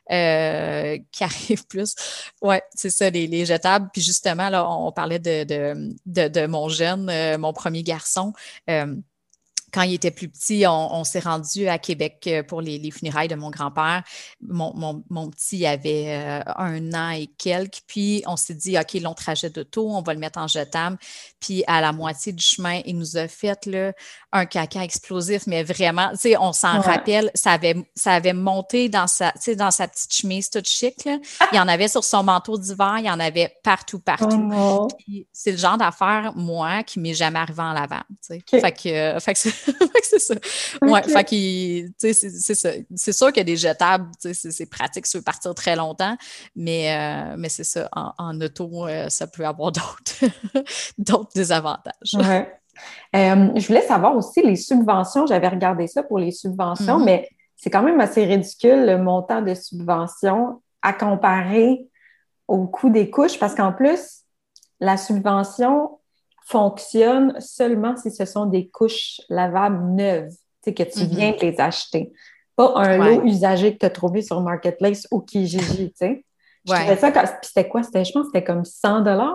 Euh, qui arrive plus. Ouais, c'est ça, les, les jetables. Puis justement, là, on, on parlait de, de, de, de mon jeune, euh, mon premier garçon. Euh, Quand il était plus petit, on, on s'est rendu à Québec pour les, les funérailles de mon grand-père. Mon, mon, mon petit avait euh, un an et quelques. Puis, on s'est dit, OK, long trajet d'auto, on va le mettre en jetable. Puis, à la moitié du chemin, il nous a fait là, un caca explosif, mais vraiment, tu sais, on s'en ouais. rappelle, ça avait, ça avait monté dans sa, tu sais, dans sa petite chemise toute chic. Là. Il y en avait sur son manteau d'hiver, il y en avait partout, partout. Oh Puis, c'est le genre d'affaire, moi, qui m'est jamais arrivé en lavable. Tu sais. Okay. Fait que, fait que c'est ça. OK. Ouais, fait qu'il, tu sais, c'est, c'est ça. C'est sûr que des jetables, tu sais, c'est, c'est pratique si tu veux partir très longtemps, mais, euh, mais c'est ça. En, en auto, euh, ça peut avoir d'autres, d'autres désavantages. Ouais. Euh, je voulais savoir aussi les subventions. J'avais regardé ça pour les subventions, Mm-hmm. mais c'est quand même assez ridicule le montant de subvention à comparer au coût des couches parce qu'en plus, la subvention fonctionne seulement si ce sont des couches lavables neuves, tu sais, que tu viens Mm-hmm. de les acheter. Pas un Ouais. lot usagé que tu as trouvé sur Marketplace ou Kijiji, tu sais. Je Ouais. trouvais ça, comme- puis c'était quoi? C'était, je pense que c'était comme cent dollars.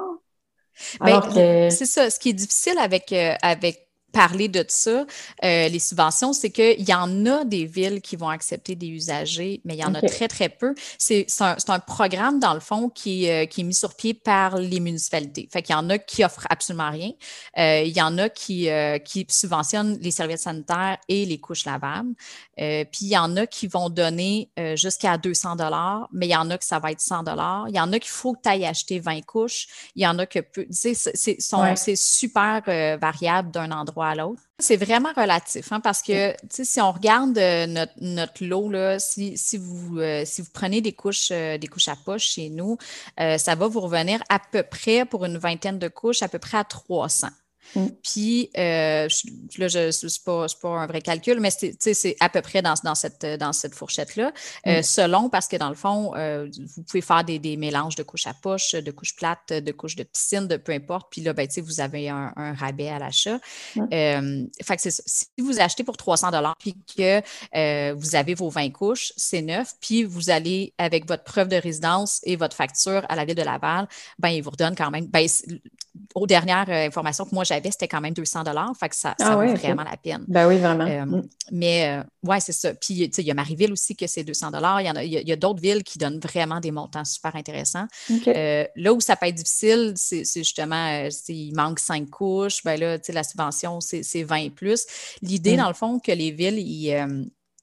Ben, Alors que... c'est ça. Ce qui est difficile avec, euh, avec parler de ça, euh, les subventions, c'est qu'il y en a des villes qui vont accepter des usagers, mais il y en a OK. très, très peu. C'est, c'est, un, c'est un programme, dans le fond, qui, euh, qui est mis sur pied par les municipalités. Fait qu'il y en a qui offrent absolument rien. Euh, il y en a qui, euh, qui subventionnent les serviettes sanitaires et les couches lavables. Euh, puis il y en a qui vont donner euh, jusqu'à deux cents dollars, mais il y en a que ça va être cent dollars. Il y en a qu'il faut que tu ailles acheter vingt couches. Il y en a que peu, tu sais, c'est, c'est, sont, Ouais. c'est super euh, variable d'un endroit à l'autre. C'est vraiment relatif, hein, parce que tu sais, si on regarde euh, notre, notre lot, là, si, si, vous, euh, si vous prenez des couches, euh, des couches à poche chez nous, euh, ça va vous revenir à peu près, pour une vingtaine de couches, à peu près à trois cents. Mm. Puis, euh, je, là, je, c'est pas, c'est pas un vrai calcul, mais c'est, tu sais, c'est à peu près dans, dans cette, dans cette fourchette-là. Euh, Mm. selon, parce que dans le fond, euh, vous pouvez faire des, des mélanges de couches à poche, de couches plates, de couches de piscine, de peu importe. Puis là, ben, tu sais, vous avez un, un rabais à l'achat. Mm. Euh, fait que c'est ça. Si vous achetez pour trois cents dollars puis que euh, vous avez vos vingt couches, c'est neuf, puis vous allez avec votre preuve de résidence et votre facture à la ville de Laval, ben, ils vous redonnent quand même, ben, aux dernières euh, informations que moi j'avais, c'était quand même deux cents dollars. Fait que ça, Ah ça ouais, vaut OK. vraiment la peine. Ben oui, vraiment. Euh, Mm. Mais euh, ouais, c'est ça. Puis, tu sais, il y a Marieville aussi que c'est deux cents dollars. Il y en a, il y a, il y a d'autres villes qui donnent vraiment des montants super intéressants. OK. Euh, là où ça peut être difficile, c'est, c'est justement, euh, c'est, il manque cinq couches. Ben là, tu sais, la subvention, c'est, c'est vingt plus. L'idée, Mm. dans le fond, que les villes, ils, euh,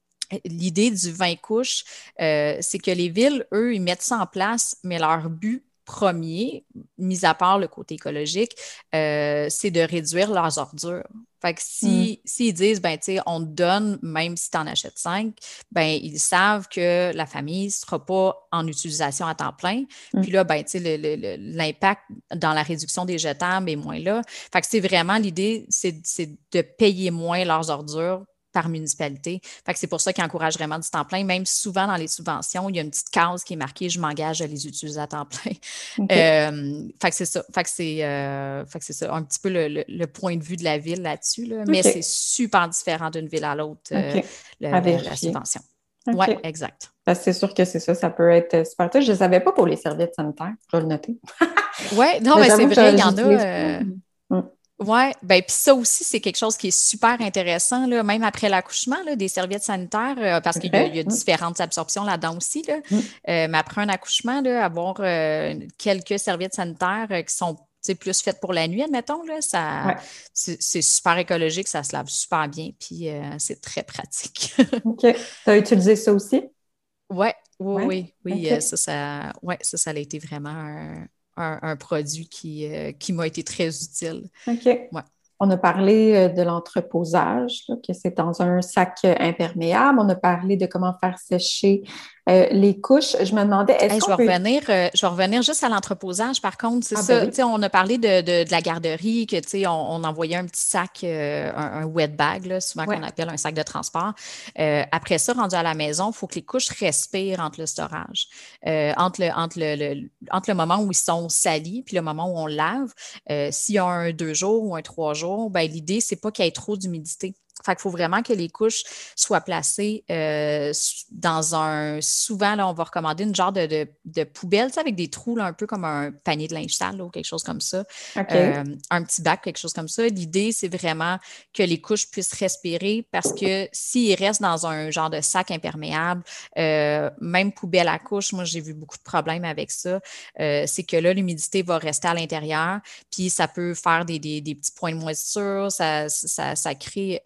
l'idée du vingt couches, euh, c'est que les villes, eux, ils mettent ça en place, mais leur but premier, mis à part le côté écologique, euh, c'est de réduire leurs ordures. Fait que si, Mm. s'ils disent, ben, tu sais, on te donne, même si tu en achètes cinq, ben, ils savent que la famille ne sera pas en utilisation à temps plein. Mm. Puis là, ben, tu sais, le, le, le, l'impact dans la réduction des jetables est moins là. Fait que c'est vraiment l'idée, c'est, c'est de payer moins leurs ordures par municipalité. Fait que c'est pour ça qu'ils encouragent vraiment du temps plein. Même souvent dans les subventions, il y a une petite case qui est marquée « Je m'engage à les utiliser à temps plein ». OK. Euh, fait que c'est ça. Fait que c'est, euh, fait que c'est ça, un petit peu le, le, le point de vue de la ville là-dessus. Là. Mais OK. c'est super différent d'une ville à l'autre, euh, OK. le- À la, la vérifier. subvention. OK. Oui, exact. Parce que c'est sûr que c'est ça, ça peut être super. Tu sais, je ne savais pas pour les serviettes sanitaires, je vais le noter. Oui, non, Mais mais c'est j'avoue que vrai, il y je en a. l'utilise euh, pas. Mm. Oui, ben puis ça aussi, c'est quelque chose qui est super intéressant, là, même après l'accouchement, là, des serviettes sanitaires, euh, parce C'est qu'il y a, il vrai? y a Mm. différentes absorptions là-dedans aussi. Là. Mm. Euh, mais après un accouchement, là, avoir euh, quelques serviettes sanitaires euh, qui sont tu sais, plus faites pour la nuit, admettons, là, ça, Ouais. c'est, c'est super écologique, ça se lave super bien, puis euh, c'est très pratique. OK. Tu as utilisé ça aussi? Ouais, oui, Ouais. oui, oui, OK. euh, ça, ça, ouais, ça, ça a été vraiment un, un, un produit qui, euh, qui m'a été très utile. OK. Ouais. On a parlé euh, de l'entreposage, là, que c'est dans un sac euh, imperméable. On a parlé de comment faire sécher euh, les couches. Je me demandais, est-ce Hey, je qu'on vais peut... revenir, euh, je vais revenir juste à l'entreposage, par contre, c'est Ah ça. ben Tu sais, oui. on a parlé de, de, de la garderie, que tu sais, on, on envoyait un petit sac, euh, un, un wet bag, là, souvent Ouais. qu'on appelle un sac de transport. Euh, après ça, rendu à la maison, il faut que les couches respirent entre le storage, euh, entre, le, entre, le, le, entre le moment où ils sont salis puis le moment où on lave. Euh, s'il y a un deux jours ou un trois jours, ben, l'idée, c'est pas qu'il y ait trop d'humidité. Fait qu'il faut vraiment que les couches soient placées euh, dans un... Souvent, là, on va recommander une genre de, de, de poubelle, tu sais, avec des trous, là, un peu comme un panier de linge sale, là, ou quelque chose comme ça. OK. Euh, un petit bac, quelque chose comme ça. L'idée, c'est vraiment que les couches puissent respirer parce que s'ils restent dans un genre de sac imperméable, euh, même poubelle à couche, moi, j'ai vu beaucoup de problèmes avec ça. Euh, c'est que là, l'humidité va rester à l'intérieur, puis ça peut faire des, des, des petits points de moisissure, ça, ça, ça crée...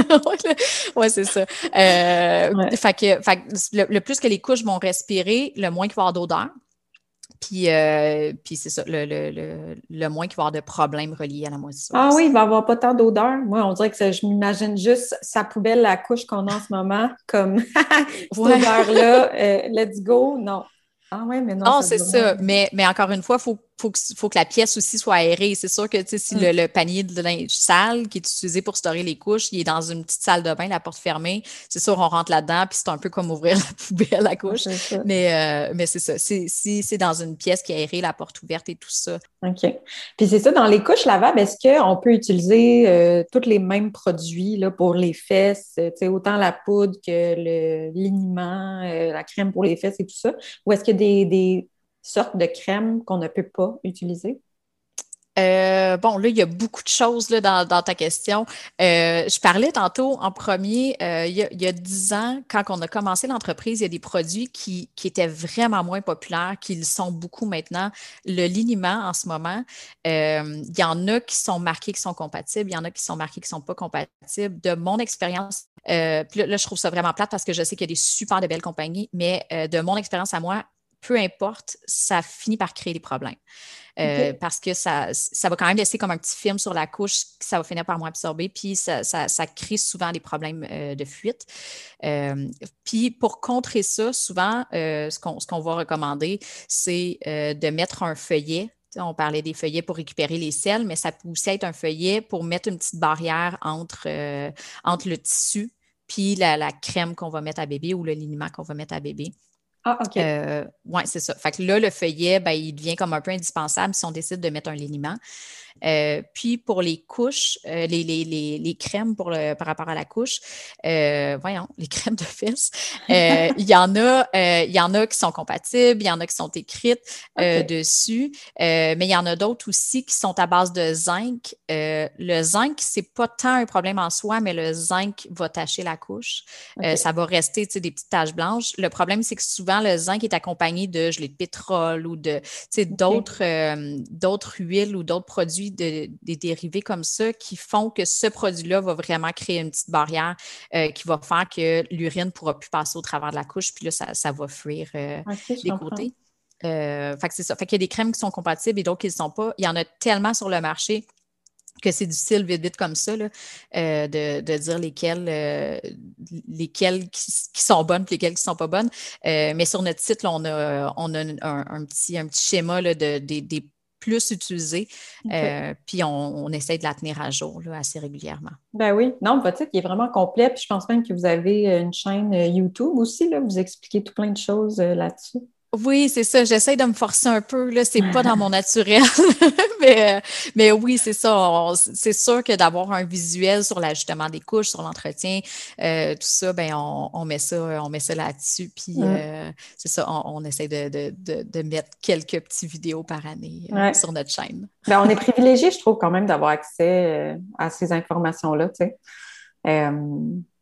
Oui, c'est ça. Euh, Ouais. fait que, fait que le, le plus que les couches vont respirer, le moins qu'il va y avoir d'odeur. Puis, euh, puis c'est ça, le, le, le, le moins qu'il va y avoir de problèmes reliés à la moisissure Ah aussi. oui, il va y avoir pas tant d'odeur. Moi, on dirait que ça- je m'imagine juste sa poubelle, la couche qu'on a en ce moment, comme cette Ouais. odeur-là, euh, let's go. Non. Ah ouais, mais non, Non, ça c'est doit. ça. Mais, mais encore une fois, il faut, faut, que, faut que la pièce aussi soit aérée. C'est sûr que tu sais, si Mm. le, le panier de linge sale qui est utilisé pour stocker les couches, il est dans une petite salle de bain, la porte fermée, c'est sûr, on rentre là-dedans, puis c'est un peu comme ouvrir la poubelle à Ah, couche. c'est ça. Mais, euh, mais c'est ça. Si, si c'est dans une pièce qui est aérée, la porte ouverte et tout ça. OK. Puis c'est ça, dans les couches lavables, est-ce qu'on peut utiliser euh, tous les mêmes produits là, pour les fesses, euh, tu sais, autant la poudre que le liniment, euh, la crème pour les fesses et tout ça? Ou est-ce qu'il y a des, des sortes de crèmes qu'on ne peut pas utiliser? Euh, bon, là, il y a beaucoup de choses là, dans, dans ta question. Euh, je parlais tantôt en premier, euh, il y a, il y a dix ans, quand on a commencé l'entreprise, il y a des produits qui, qui étaient vraiment moins populaires, qui le sont beaucoup maintenant. Le liniment, en ce moment, euh, il y en a qui sont marqués qui sont compatibles, il y en a qui sont marqués qui ne sont pas compatibles. De mon expérience, euh, puis là, là, je trouve ça vraiment plate parce que je sais qu'il y a des super de belles compagnies, mais euh, de mon expérience à moi, peu importe, ça finit par créer des problèmes. Euh, OK. parce que ça, ça va quand même laisser comme un petit film sur la couche, ça va finir par moins absorber, puis ça, ça, ça crée souvent des problèmes euh, de fuite. Euh, puis pour contrer ça, souvent, euh, ce qu'on, ce qu'on va recommander, c'est euh, de mettre un feuillet. On parlait des feuillets pour récupérer les sels, mais ça peut aussi être un feuillet pour mettre une petite barrière entre, euh, entre le tissu puis la, la crème qu'on va mettre à bébé ou le liniment qu'on va mettre à bébé. Ah, OK. Euh, oui, c'est ça. Fait que là, le feuillet, ben, il devient comme un peu indispensable si on décide de mettre un liniment. Euh, puis pour les couches, euh, les, les, les, les crèmes pour le, par rapport à la couche, euh, voyons, les crèmes de fesses, euh, il y en a, euh, il y en a qui sont compatibles, il y en a qui sont écrites euh, OK. dessus, euh, mais il y en a d'autres aussi qui sont à base de zinc. Euh, le zinc, c'est pas tant un problème en soi, mais le zinc va tacher la couche. Euh, OK. ça va rester, tu sais, des petites taches blanches. Le problème, c'est que souvent, le zinc est accompagné de gelée de pétrole ou de, tu sais, OK. d'autres, euh, d'autres huiles ou d'autres produits de, des dérivés comme ça qui font que ce produit-là va vraiment créer une petite barrière euh, qui va faire que l'urine ne pourra plus passer au travers de la couche, puis là, ça, ça va fuir euh, OK, je des comprends. côtés. Euh, fait que c'est ça. Fait qu'il y a des crèmes qui sont compatibles et d'autres qui ne le sont pas. Il y en a tellement sur le marché que c'est difficile vite, vite comme ça, là, euh, de, de dire lesquelles, euh, lesquelles qui, qui sont bonnes et lesquelles qui ne sont pas bonnes. Euh, mais sur notre site, là, on a, on a un, un petit, un petit schéma là, de, des, des plus utilisés. OK. Euh, puis on, on essaie de la tenir à jour là, assez régulièrement. Ben oui. Non, votre site il est vraiment complet. Puis je pense même que vous avez euh, une chaîne euh, YouTube aussi, là. Vous expliquez tout plein de choses euh, là-dessus. Oui, c'est ça. J'essaie de me forcer un peu. Là, c'est pas dans mon naturel, mais, euh, mais oui, c'est ça. On- c'est sûr que d'avoir un visuel sur l'ajustement des couches, sur l'entretien, euh, tout ça, ben on, on met ça, on met ça là-dessus. Puis Mm. euh, c'est ça. On, on essaie de, de, de, de mettre quelques petites vidéos par année euh, Ouais. sur notre chaîne. Ben, on est privilégié, je trouve, quand même, d'avoir accès euh, à ces informations-là, tu sais. Euh,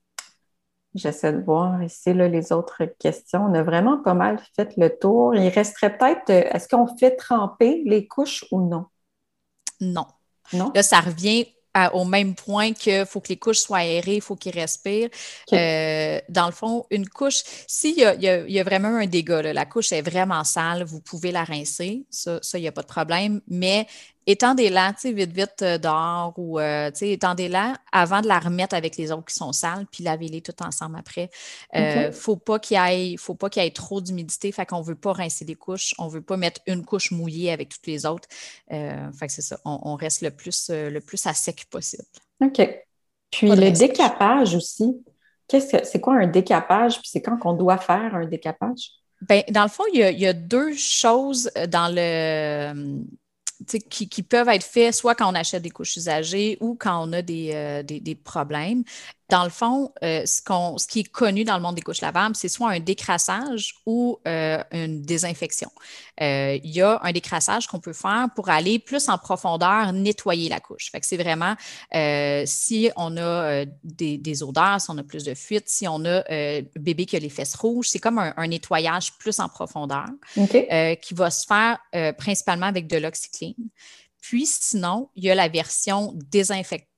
j'essaie de voir ici là, les autres questions. On a vraiment pas mal fait le tour. Il resterait peut-être, euh, est-ce qu'on fait tremper les couches ou non? Non. Non? Là, ça revient à- au même point qu'il faut que les couches soient aérées, il faut qu'ils respirent. OK. Euh, dans le fond, une couche, s'il y a, il y a- il y a vraiment un dégât, là, la couche est vraiment sale, vous pouvez la rincer, ça, ça, il n'y a pas de problème, mais étendez-la, tu sais, vite, vite euh, dehors ou, euh, tu sais, étendez-la avant de la remettre avec les autres qui sont sales, puis lavez-les tout ensemble après. Euh, OK. faut pas qu'il y ait, faut pas qu'il y ait trop d'humidité, fait qu'on veut pas rincer les couches, on veut pas mettre une couche mouillée avec toutes les autres. Euh, fait que c'est ça, on, on reste le plus, euh, le plus à sec possible. OK. Puis Pas de le rince-couche. décapage aussi. Qu'est-ce que c'est quoi un décapage? Puis c'est quand qu'on doit faire un décapage? Ben, dans le fond, il y a, il y a deux choses dans le, tu sais, qui, qui peuvent être faits soit quand on achète des couches usagées ou quand on a des, euh, des, des problèmes. Dans le fond, euh, ce qu'on, ce qui est connu dans le monde des couches lavables, c'est soit un décrassage ou euh, une désinfection. Euh, il y a un décrassage qu'on peut faire pour aller plus en profondeur nettoyer la couche. Fait que c'est vraiment euh, si on a euh, des, des odeurs, si on a plus de fuites, si on a euh, bébé qui a les fesses rouges, c'est comme un, un nettoyage plus en profondeur OK. euh, qui va se faire euh, principalement avec de l'oxycline. Puis sinon, il y a la version désinfectante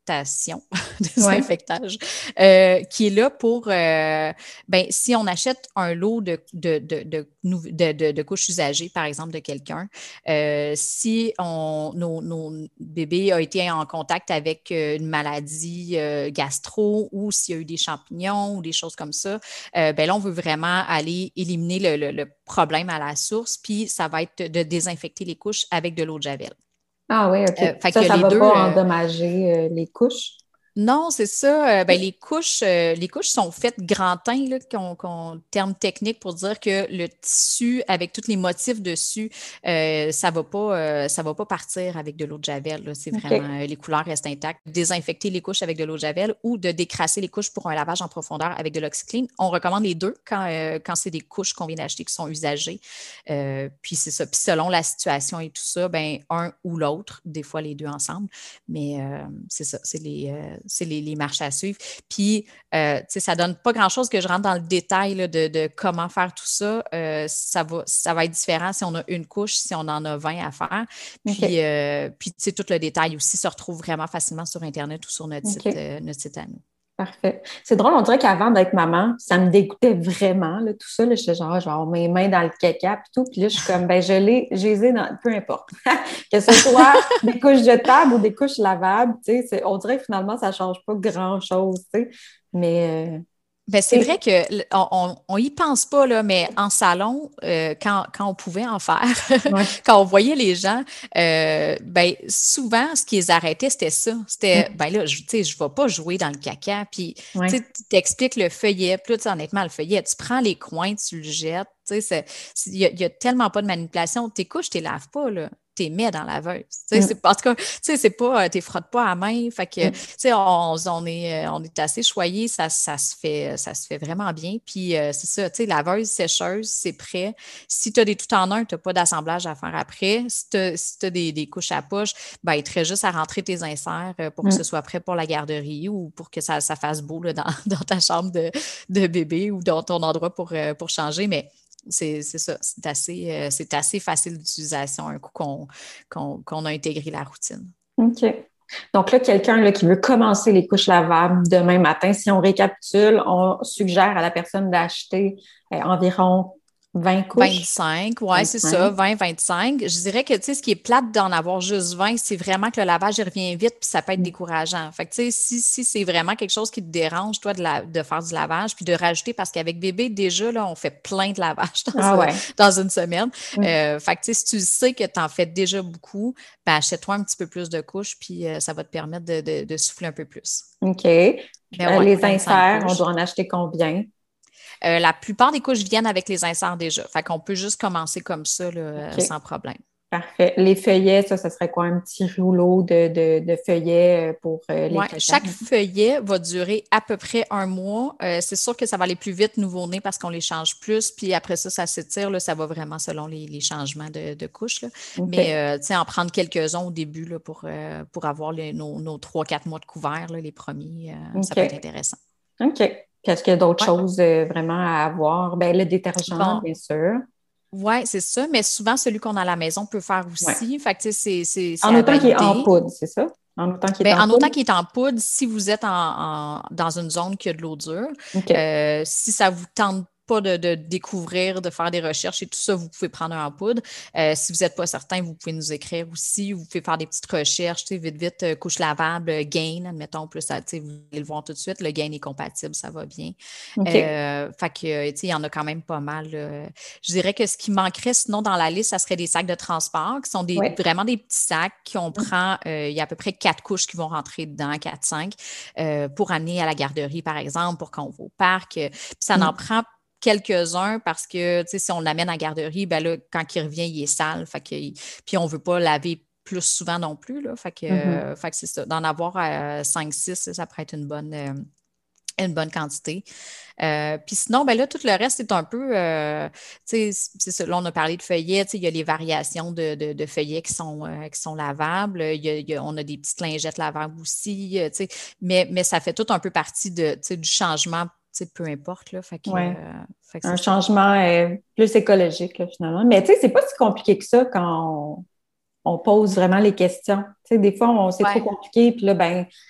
désinfectation, désinfectage, ouais. euh, qui est là pour, euh, ben, si on achète un lot de, de, de, de, de, de, de couches usagées, par exemple, de quelqu'un, euh, si on, nos, nos bébés ont été en contact avec une maladie euh, gastro ou s'il y a eu des champignons ou des choses comme ça, euh, ben là, on veut vraiment aller éliminer le, le, le problème à la source, puis ça va être de désinfecter les couches avec de l'eau de Javel. Ah oui, OK. Euh, fait ça, que ça ne va deux, pas euh, endommager euh, les couches? Non, c'est ça. Euh, ben, les couches, euh, les couches sont faites grantin, là, qu'on, qu'on, terme technique pour dire que le tissu, avec tous les motifs dessus, euh, ça va pas, euh, ça va pas partir avec de l'eau de Javel, là. C'est vraiment, okay. euh, les couleurs restent intactes. Désinfecter les couches avec de l'eau de Javel ou de décrasser les couches pour un lavage en profondeur avec de l'oxyclean. On recommande les deux quand, euh, quand c'est des couches qu'on vient d'acheter qui sont usagées. Euh, puis c'est ça. Puis selon la situation et tout ça, ben un ou l'autre, des fois les deux ensemble. Mais euh, c'est ça, c'est les euh, c'est les, les marches à suivre. Puis, euh, tu sais, ça donne pas grand-chose que je rentre dans le détail là, de, de comment faire tout ça. Euh, ça va, ça va être différent si on a une couche, si on en a vingt à faire. Puis, okay. euh, puis tu sais, tout le détail aussi se retrouve vraiment facilement sur Internet ou sur notre, okay. site, euh, notre site à nous. Parfait. C'est drôle, on dirait qu'avant d'être maman, ça me dégoûtait vraiment, là, tout ça. Là, j'étais genre, je vais avoir mes mains dans le caca et tout. Puis là, je suis comme, ben, je l'ai, je les ai dans, peu importe. Que ce soit des couches jetables ou des couches lavables, tu sais, c'est, on dirait que finalement, ça ne change pas grand-chose, tu sais. Mais. Euh, Ben, c'est vrai qu'on on, on y pense pas, là, mais en salon, euh, quand, quand on pouvait en faire, ouais. quand on voyait les gens, euh, ben, souvent, ce qui les arrêtait, c'était ça. C'était, mm. ben là, tu sais, je ne vais pas jouer dans le caca. Puis, ouais. tu sais, tu expliques le feuillet. Puis là, honnêtement, le feuillet, tu prends les coins, tu le jettes. Tu sais, il n'y a, a tellement pas de manipulation. Tes couches, tu ne les laves pas, là. T'es mets dans la laveuse. Mm. C'est, en tout cas, tu sais, c'est pas, t'es frottes pas à main. Fait que, mm. tu sais, on, on, est, on est assez choyés. Ça, ça se fait, ça se fait vraiment bien. Puis, euh, c'est ça, tu sais, laveuse, sécheuse, c'est prêt. Si tu as des tout en un, tu n'as pas d'assemblage à faire après. Si tu as si des, des couches à poche, ben, il te reste juste à rentrer tes inserts pour mm. que ce soit prêt pour la garderie ou pour que ça, ça fasse beau là, dans, dans ta chambre de, de bébé ou dans ton endroit pour, pour changer. Mais C'est, c'est ça, c'est assez, euh, c'est assez facile d'utilisation un coup qu'on, qu'on, qu'on a intégré la routine. OK. Donc là, quelqu'un là, qui veut commencer les couches lavables demain matin, si on récapitule, on suggère à la personne d'acheter euh, environ vingt couches. vingt-cinq, oui, c'est ça, vingt, vingt-cinq. Je dirais que, tu sais, ce qui est plate d'en avoir juste vingt, c'est vraiment que le lavage, il revient vite, puis ça peut être décourageant. Fait que, tu sais, si, si c'est vraiment quelque chose qui te dérange, toi, de, la, de faire du lavage, puis de rajouter, parce qu'avec bébé, déjà, là, on fait plein de lavage dans, ah, un, ouais. dans une semaine. Mm. Euh, fait que, tu sais, si tu sais que tu en fais déjà beaucoup, ben, achète-toi un petit peu plus de couches, puis euh, ça va te permettre de, de, de souffler un peu plus. OK. Ben, euh, ouais, les inserts, couches. On doit en acheter combien? Euh, la plupart des couches viennent avec les inserts déjà. Fait qu'on peut juste commencer comme ça, là, okay. sans problème. Parfait. Les feuillets, ça, ça serait quoi? Un petit rouleau de, de, de feuillets pour euh, les ouais, chaque feuillet va durer à peu près un mois. Euh, c'est sûr que ça va aller plus vite nouveau-né parce qu'on les change plus. Puis après ça, ça s'étire. Là, ça va vraiment selon les, les changements de, de couches. Là. Okay. Mais euh, tu sais, en prendre quelques-uns au début là, pour, euh, pour avoir les, nos, nos trois quatre mois de couvert, là, les premiers, euh, okay. ça peut être intéressant. OK. Puis est-ce qu'il y a d'autres ouais. choses euh, vraiment à avoir? Bien, le détergent, bon. bien sûr. Oui, c'est ça, mais souvent, celui qu'on a à la maison peut faire aussi. Ouais. Fait que, c'est, c'est, c'est en autant qu'il est en poudre, c'est ça? En autant qu'il est ben, en, en poudre? autant qu'il est en poudre, si vous êtes en, en, dans une zone qui a de l'eau dure, okay. euh, si ça vous tente pas de, de découvrir, de faire des recherches et tout ça, vous pouvez prendre un en poudre. Euh, si vous n'êtes pas certain, vous pouvez nous écrire aussi. Vous pouvez faire des petites recherches, tu sais, vite, vite, euh, couche lavable, euh, Gain, admettons, plus ça, tu sais, vous allez le voir tout de suite. Le Gain est compatible, ça va bien. Okay. Euh, fait que, tu sais, il y en a quand même pas mal. Euh. Je dirais que ce qui manquerait sinon dans la liste, ça serait des sacs de transport qui sont des, oui. vraiment des petits sacs qu'on prend. Euh, il y a à peu près quatre couches qui vont rentrer dedans, quatre, cinq, euh, pour amener à la garderie, par exemple, pour qu'on va au parc. Puis ça mm. en prend quelques-uns parce que, tu sais, si on l'amène à la garderie, ben là, quand il revient, il est sale. Fait que, puis on ne veut pas laver plus souvent non plus. Là, fait que, mm-hmm. euh, fait que c'est ça. D'en avoir euh, cinq six, ça pourrait être une bonne, euh, une bonne quantité. Euh, puis sinon, ben là, tout le reste, c'est un peu, euh, tu sais, c'est ça. Là, on a parlé de feuillets, tu sais, il y a les variations de, de, de feuillets qui sont, euh, qui sont lavables. Il y a, il y a, on a des petites lingettes lavables aussi, euh, tu sais, mais, mais ça fait tout un peu partie de, tu sais, du changement. Tu sais, peu importe, là. Fait que, ouais. euh, fait que un changement euh, plus écologique, là, finalement. Mais tu sais, c'est pas si compliqué que ça quand on, on pose vraiment les questions. Tu sais, des fois, on, c'est ouais. trop compliqué, puis là, ben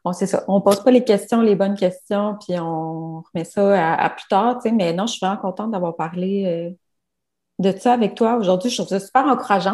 on sait ça. On pose pas les questions, les bonnes questions, puis on remet ça à, à plus tard, tu sais. Mais non, je suis vraiment contente d'avoir parlé euh, de ça avec toi aujourd'hui. Je trouve ça super encourageant.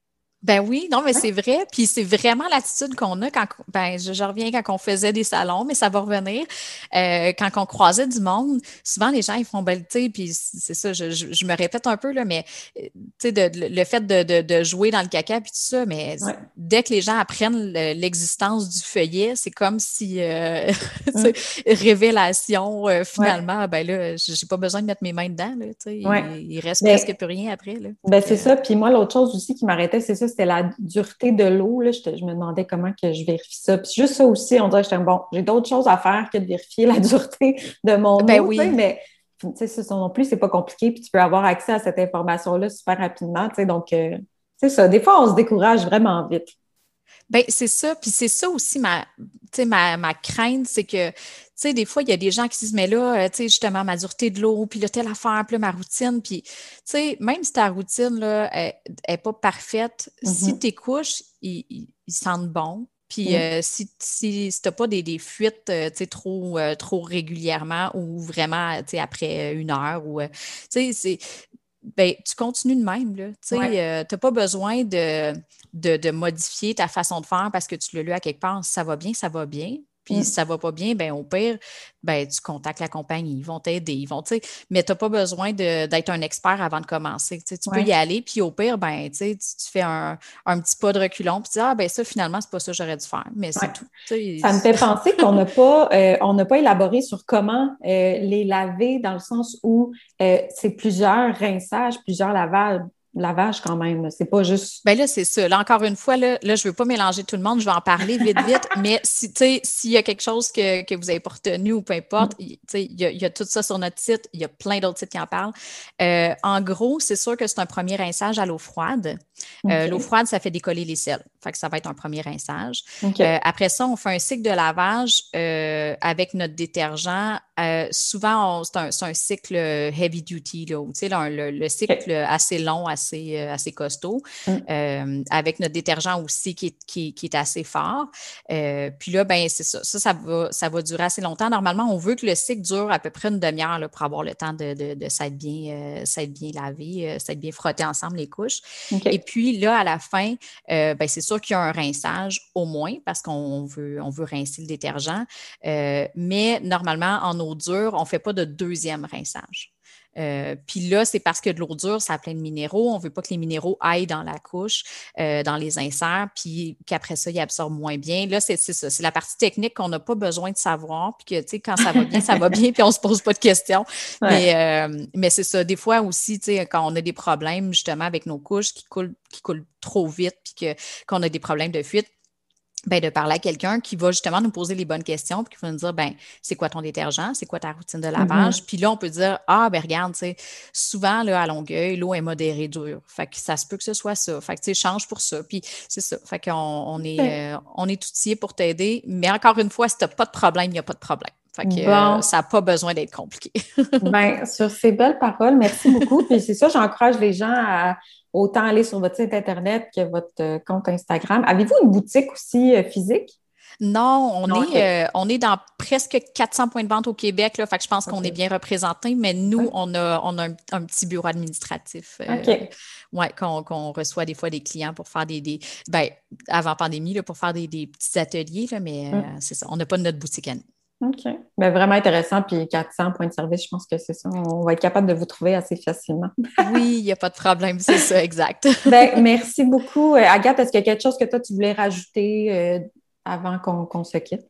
Ben oui, non, mais Ouais. c'est vrai. Puis c'est vraiment l'attitude qu'on a quand, ben, je, je reviens quand on faisait des salons, mais ça va revenir. Euh, quand on croisait du monde, souvent les gens, ils font, ben, tu sais, puis c'est ça, je, je, je me répète un peu, là, mais, euh, tu sais, de, de- le fait de, de, de jouer dans le caca, puis tout ça, mais Ouais. dès que les gens apprennent le- l'existence du feuillet, c'est comme si, euh, tu Mm. sais, révélation, euh, Ouais. finalement, ben là, j'ai j'ai pas besoin de mettre mes mains dedans, là, tu sais, Ouais. il, il reste Ben, presque plus rien après, là. Ben Fait c'est que, ça. Puis moi, l'autre chose aussi qui m'arrêtait, c'est ça, c'était la dureté de l'eau. Là. Je, te- je me demandais comment que je vérifie ça. Puis juste ça aussi, on dirait que j'étais bon, j'ai d'autres choses à faire que de vérifier la dureté de mon ben eau, tu sais, oui. mais tu sais, c'est ça non plus, c'est pas compliqué. Puis tu peux avoir accès à cette information-là super rapidement, tu sais. Donc, euh, c'est ça. Des fois, on se décourage vraiment vite. Ben, c'est ça. Puis c'est ça aussi ma, tu sais, ma, ma crainte, c'est que, tu sais, des fois, il y a des gens qui se disent, mais là, euh, tu sais, justement, ma dureté de l'eau, puis là, telle affaire, puis là, ma routine. Puis, tu sais, même si ta routine, là, est, est pas parfaite, si Mhm. tes couches, ils, ils, ils sentent bon. Puis Mm. euh, si, si, si t'as pas des, des fuites, euh, tu sais, trop, euh, trop régulièrement ou vraiment, tu sais, après une heure ou, euh, tu sais, c'est, ben, tu continues de même, là. Tu Ouais. sais, euh, t'as pas besoin de, de, de modifier ta façon de faire parce que tu l'as lu à quelque part. Si ça va bien, ça va bien. Puis si Mm. ça va pas bien, ben au pire, ben tu contactes la compagnie, ils vont t'aider, ils vont, tu sais, mais t'as pas besoin de- d'être un expert avant de commencer. Tu sais, tu peux y Ouais. aller, puis au pire, ben, tu sais, tu, tu fais un, un petit pas de reculon, puis tu dis, ah, ben ça, finalement, c'est pas ça que j'aurais dû faire, mais Ouais. c'est tout. Tu Ça me sais, fait penser qu'on n'a pas, euh, on n'a pas élaboré sur comment euh, les laver dans le sens où euh, c'est plusieurs rinçages, plusieurs lavages, lavages quand même. C'est pas juste. ben là, c'est ça. Là, encore une fois, là, là, je veux pas mélanger tout le monde, je vais en parler vite, vite, mais si, tu sais, s'il y a quelque chose que, que vous n'avez pas retenu ou peu importe, il, tu sais, il y a, il y a tout ça sur notre site, il y a plein d'autres sites qui en parlent. Euh, en gros, c'est sûr que c'est un premier rinçage à l'eau froide. Euh, l'eau OK. froide, ça fait décoller les sels. Fait que ça va être un premier rinçage. OK. Euh, après ça, on fait un cycle de lavage euh, avec notre détergent. Euh, souvent, on- c'est un, c'est un cycle heavy duty, là, où, tu sais, là, le, le cycle OK. assez long, assez, euh, assez costaud, Mm. euh, avec notre détergent aussi qui est, qui, qui est assez fort. Euh, puis là, ben c'est ça. Ça, ça va, ça va durer assez longtemps. Normalement, on veut que le cycle dure à peu près une demi-heure là, pour avoir le temps de, de, de s'être bien, euh, s'être bien lavé, euh, s'être bien frotté ensemble les couches. Et OK. puis là, à la fin, euh, ben, c'est sûr qu'il y a un rinçage au moins parce qu'on veut, on veut rincer le détergent. Euh, mais normalement, en eau dure, on ne fait pas de deuxième rinçage. Euh, puis là, c'est parce que de l'eau dure, ça a plein de minéraux. On ne veut pas que les minéraux aillent dans la couche, euh, dans les inserts, puis qu'après ça, ils absorbent moins bien. Là, c'est c'est ça. C'est la partie technique qu'on n'a pas besoin de savoir, puis que, tu sais, quand ça va bien, ça va bien, puis on ne se pose pas de questions. Ouais. Mais, euh, mais c'est ça. Des fois aussi, tu sais, quand on a des problèmes justement avec nos couches qui coulent, qui coulent trop vite, puis que, qu'on a des problèmes de fuite, ben, de parler à quelqu'un qui va justement nous poser les bonnes questions, puis qui va nous dire, ben, c'est quoi ton détergent, c'est quoi ta routine de lavage, Mhm. puis là, on peut dire, ah, ben, regarde, tu sais, souvent, là, à Longueuil, l'eau est modérée dure, fait que ça se peut que ce soit ça, fait que, tu sais, change pour ça, puis c'est ça, fait qu'on on est, OK. euh, on est outillé pour t'aider, mais encore une fois, si t'as pas de problème, il n'y a pas de problème, fait que euh, Bon. ça n'a pas besoin d'être compliqué. Ben, sur ces belles paroles, merci beaucoup. Puis c'est ça, j'encourage les gens à autant aller sur votre site Internet que votre euh, compte Instagram. Avez-vous une boutique aussi euh, physique? Non, on Non, OK. est, euh, on est dans presque quatre cents points de vente au Québec, là, fait que je pense qu'on est OK. bien représenté, mais nous, OK. on a, on a un, un petit bureau administratif, euh, OK. ouais, qu'on, qu'on reçoit des fois des clients pour faire des, des ben, avant pandémie, là, pour faire des, des petits ateliers, là, mais euh, Mm. c'est ça, on n'a pas notre boutique à nous. OK. Ben, vraiment intéressant. Puis quatre cents points de service, je pense que c'est ça. On va être capable de vous trouver assez facilement. Oui, il n'y a pas de problème, c'est ça, exact. Ben, merci beaucoup. Euh, Agathe, est-ce qu'il y a quelque chose que toi, tu voulais rajouter euh, avant qu'on qu'on se quitte?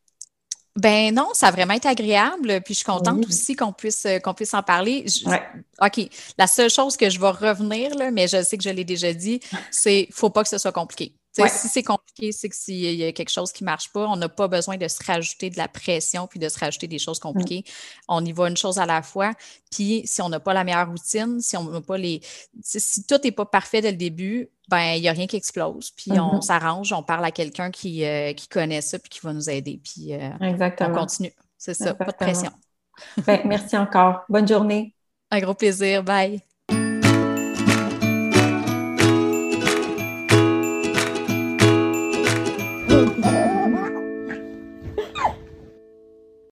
Ben non, ça a vraiment été agréable. Puis je suis contente Oui. aussi qu'on puisse, euh, qu'on puisse en parler. Je- Ouais. OK. La seule chose que je vais revenir, là, mais je sais que je l'ai déjà dit, c'est faut pas que ce soit compliqué. Tu sais, Ouais. si c'est compliqué, c'est que s'il y a quelque chose qui ne marche pas, on n'a pas besoin de se rajouter de la pression puis de se rajouter des choses Mm. compliquées. On y va une chose à la fois. Puis si on n'a pas la meilleure routine, si on n'a pas les. Si, si tout n'est pas parfait dès le début, ben il n'y a rien qui explose. Puis on Mhm. s'arrange, on parle à quelqu'un qui, euh, qui connaît ça puis qui va nous aider. Puis euh, on Exactement. continue. C'est ça, pas de Exactement. pression. Ben, merci encore. Bonne journée. Un gros plaisir. Bye.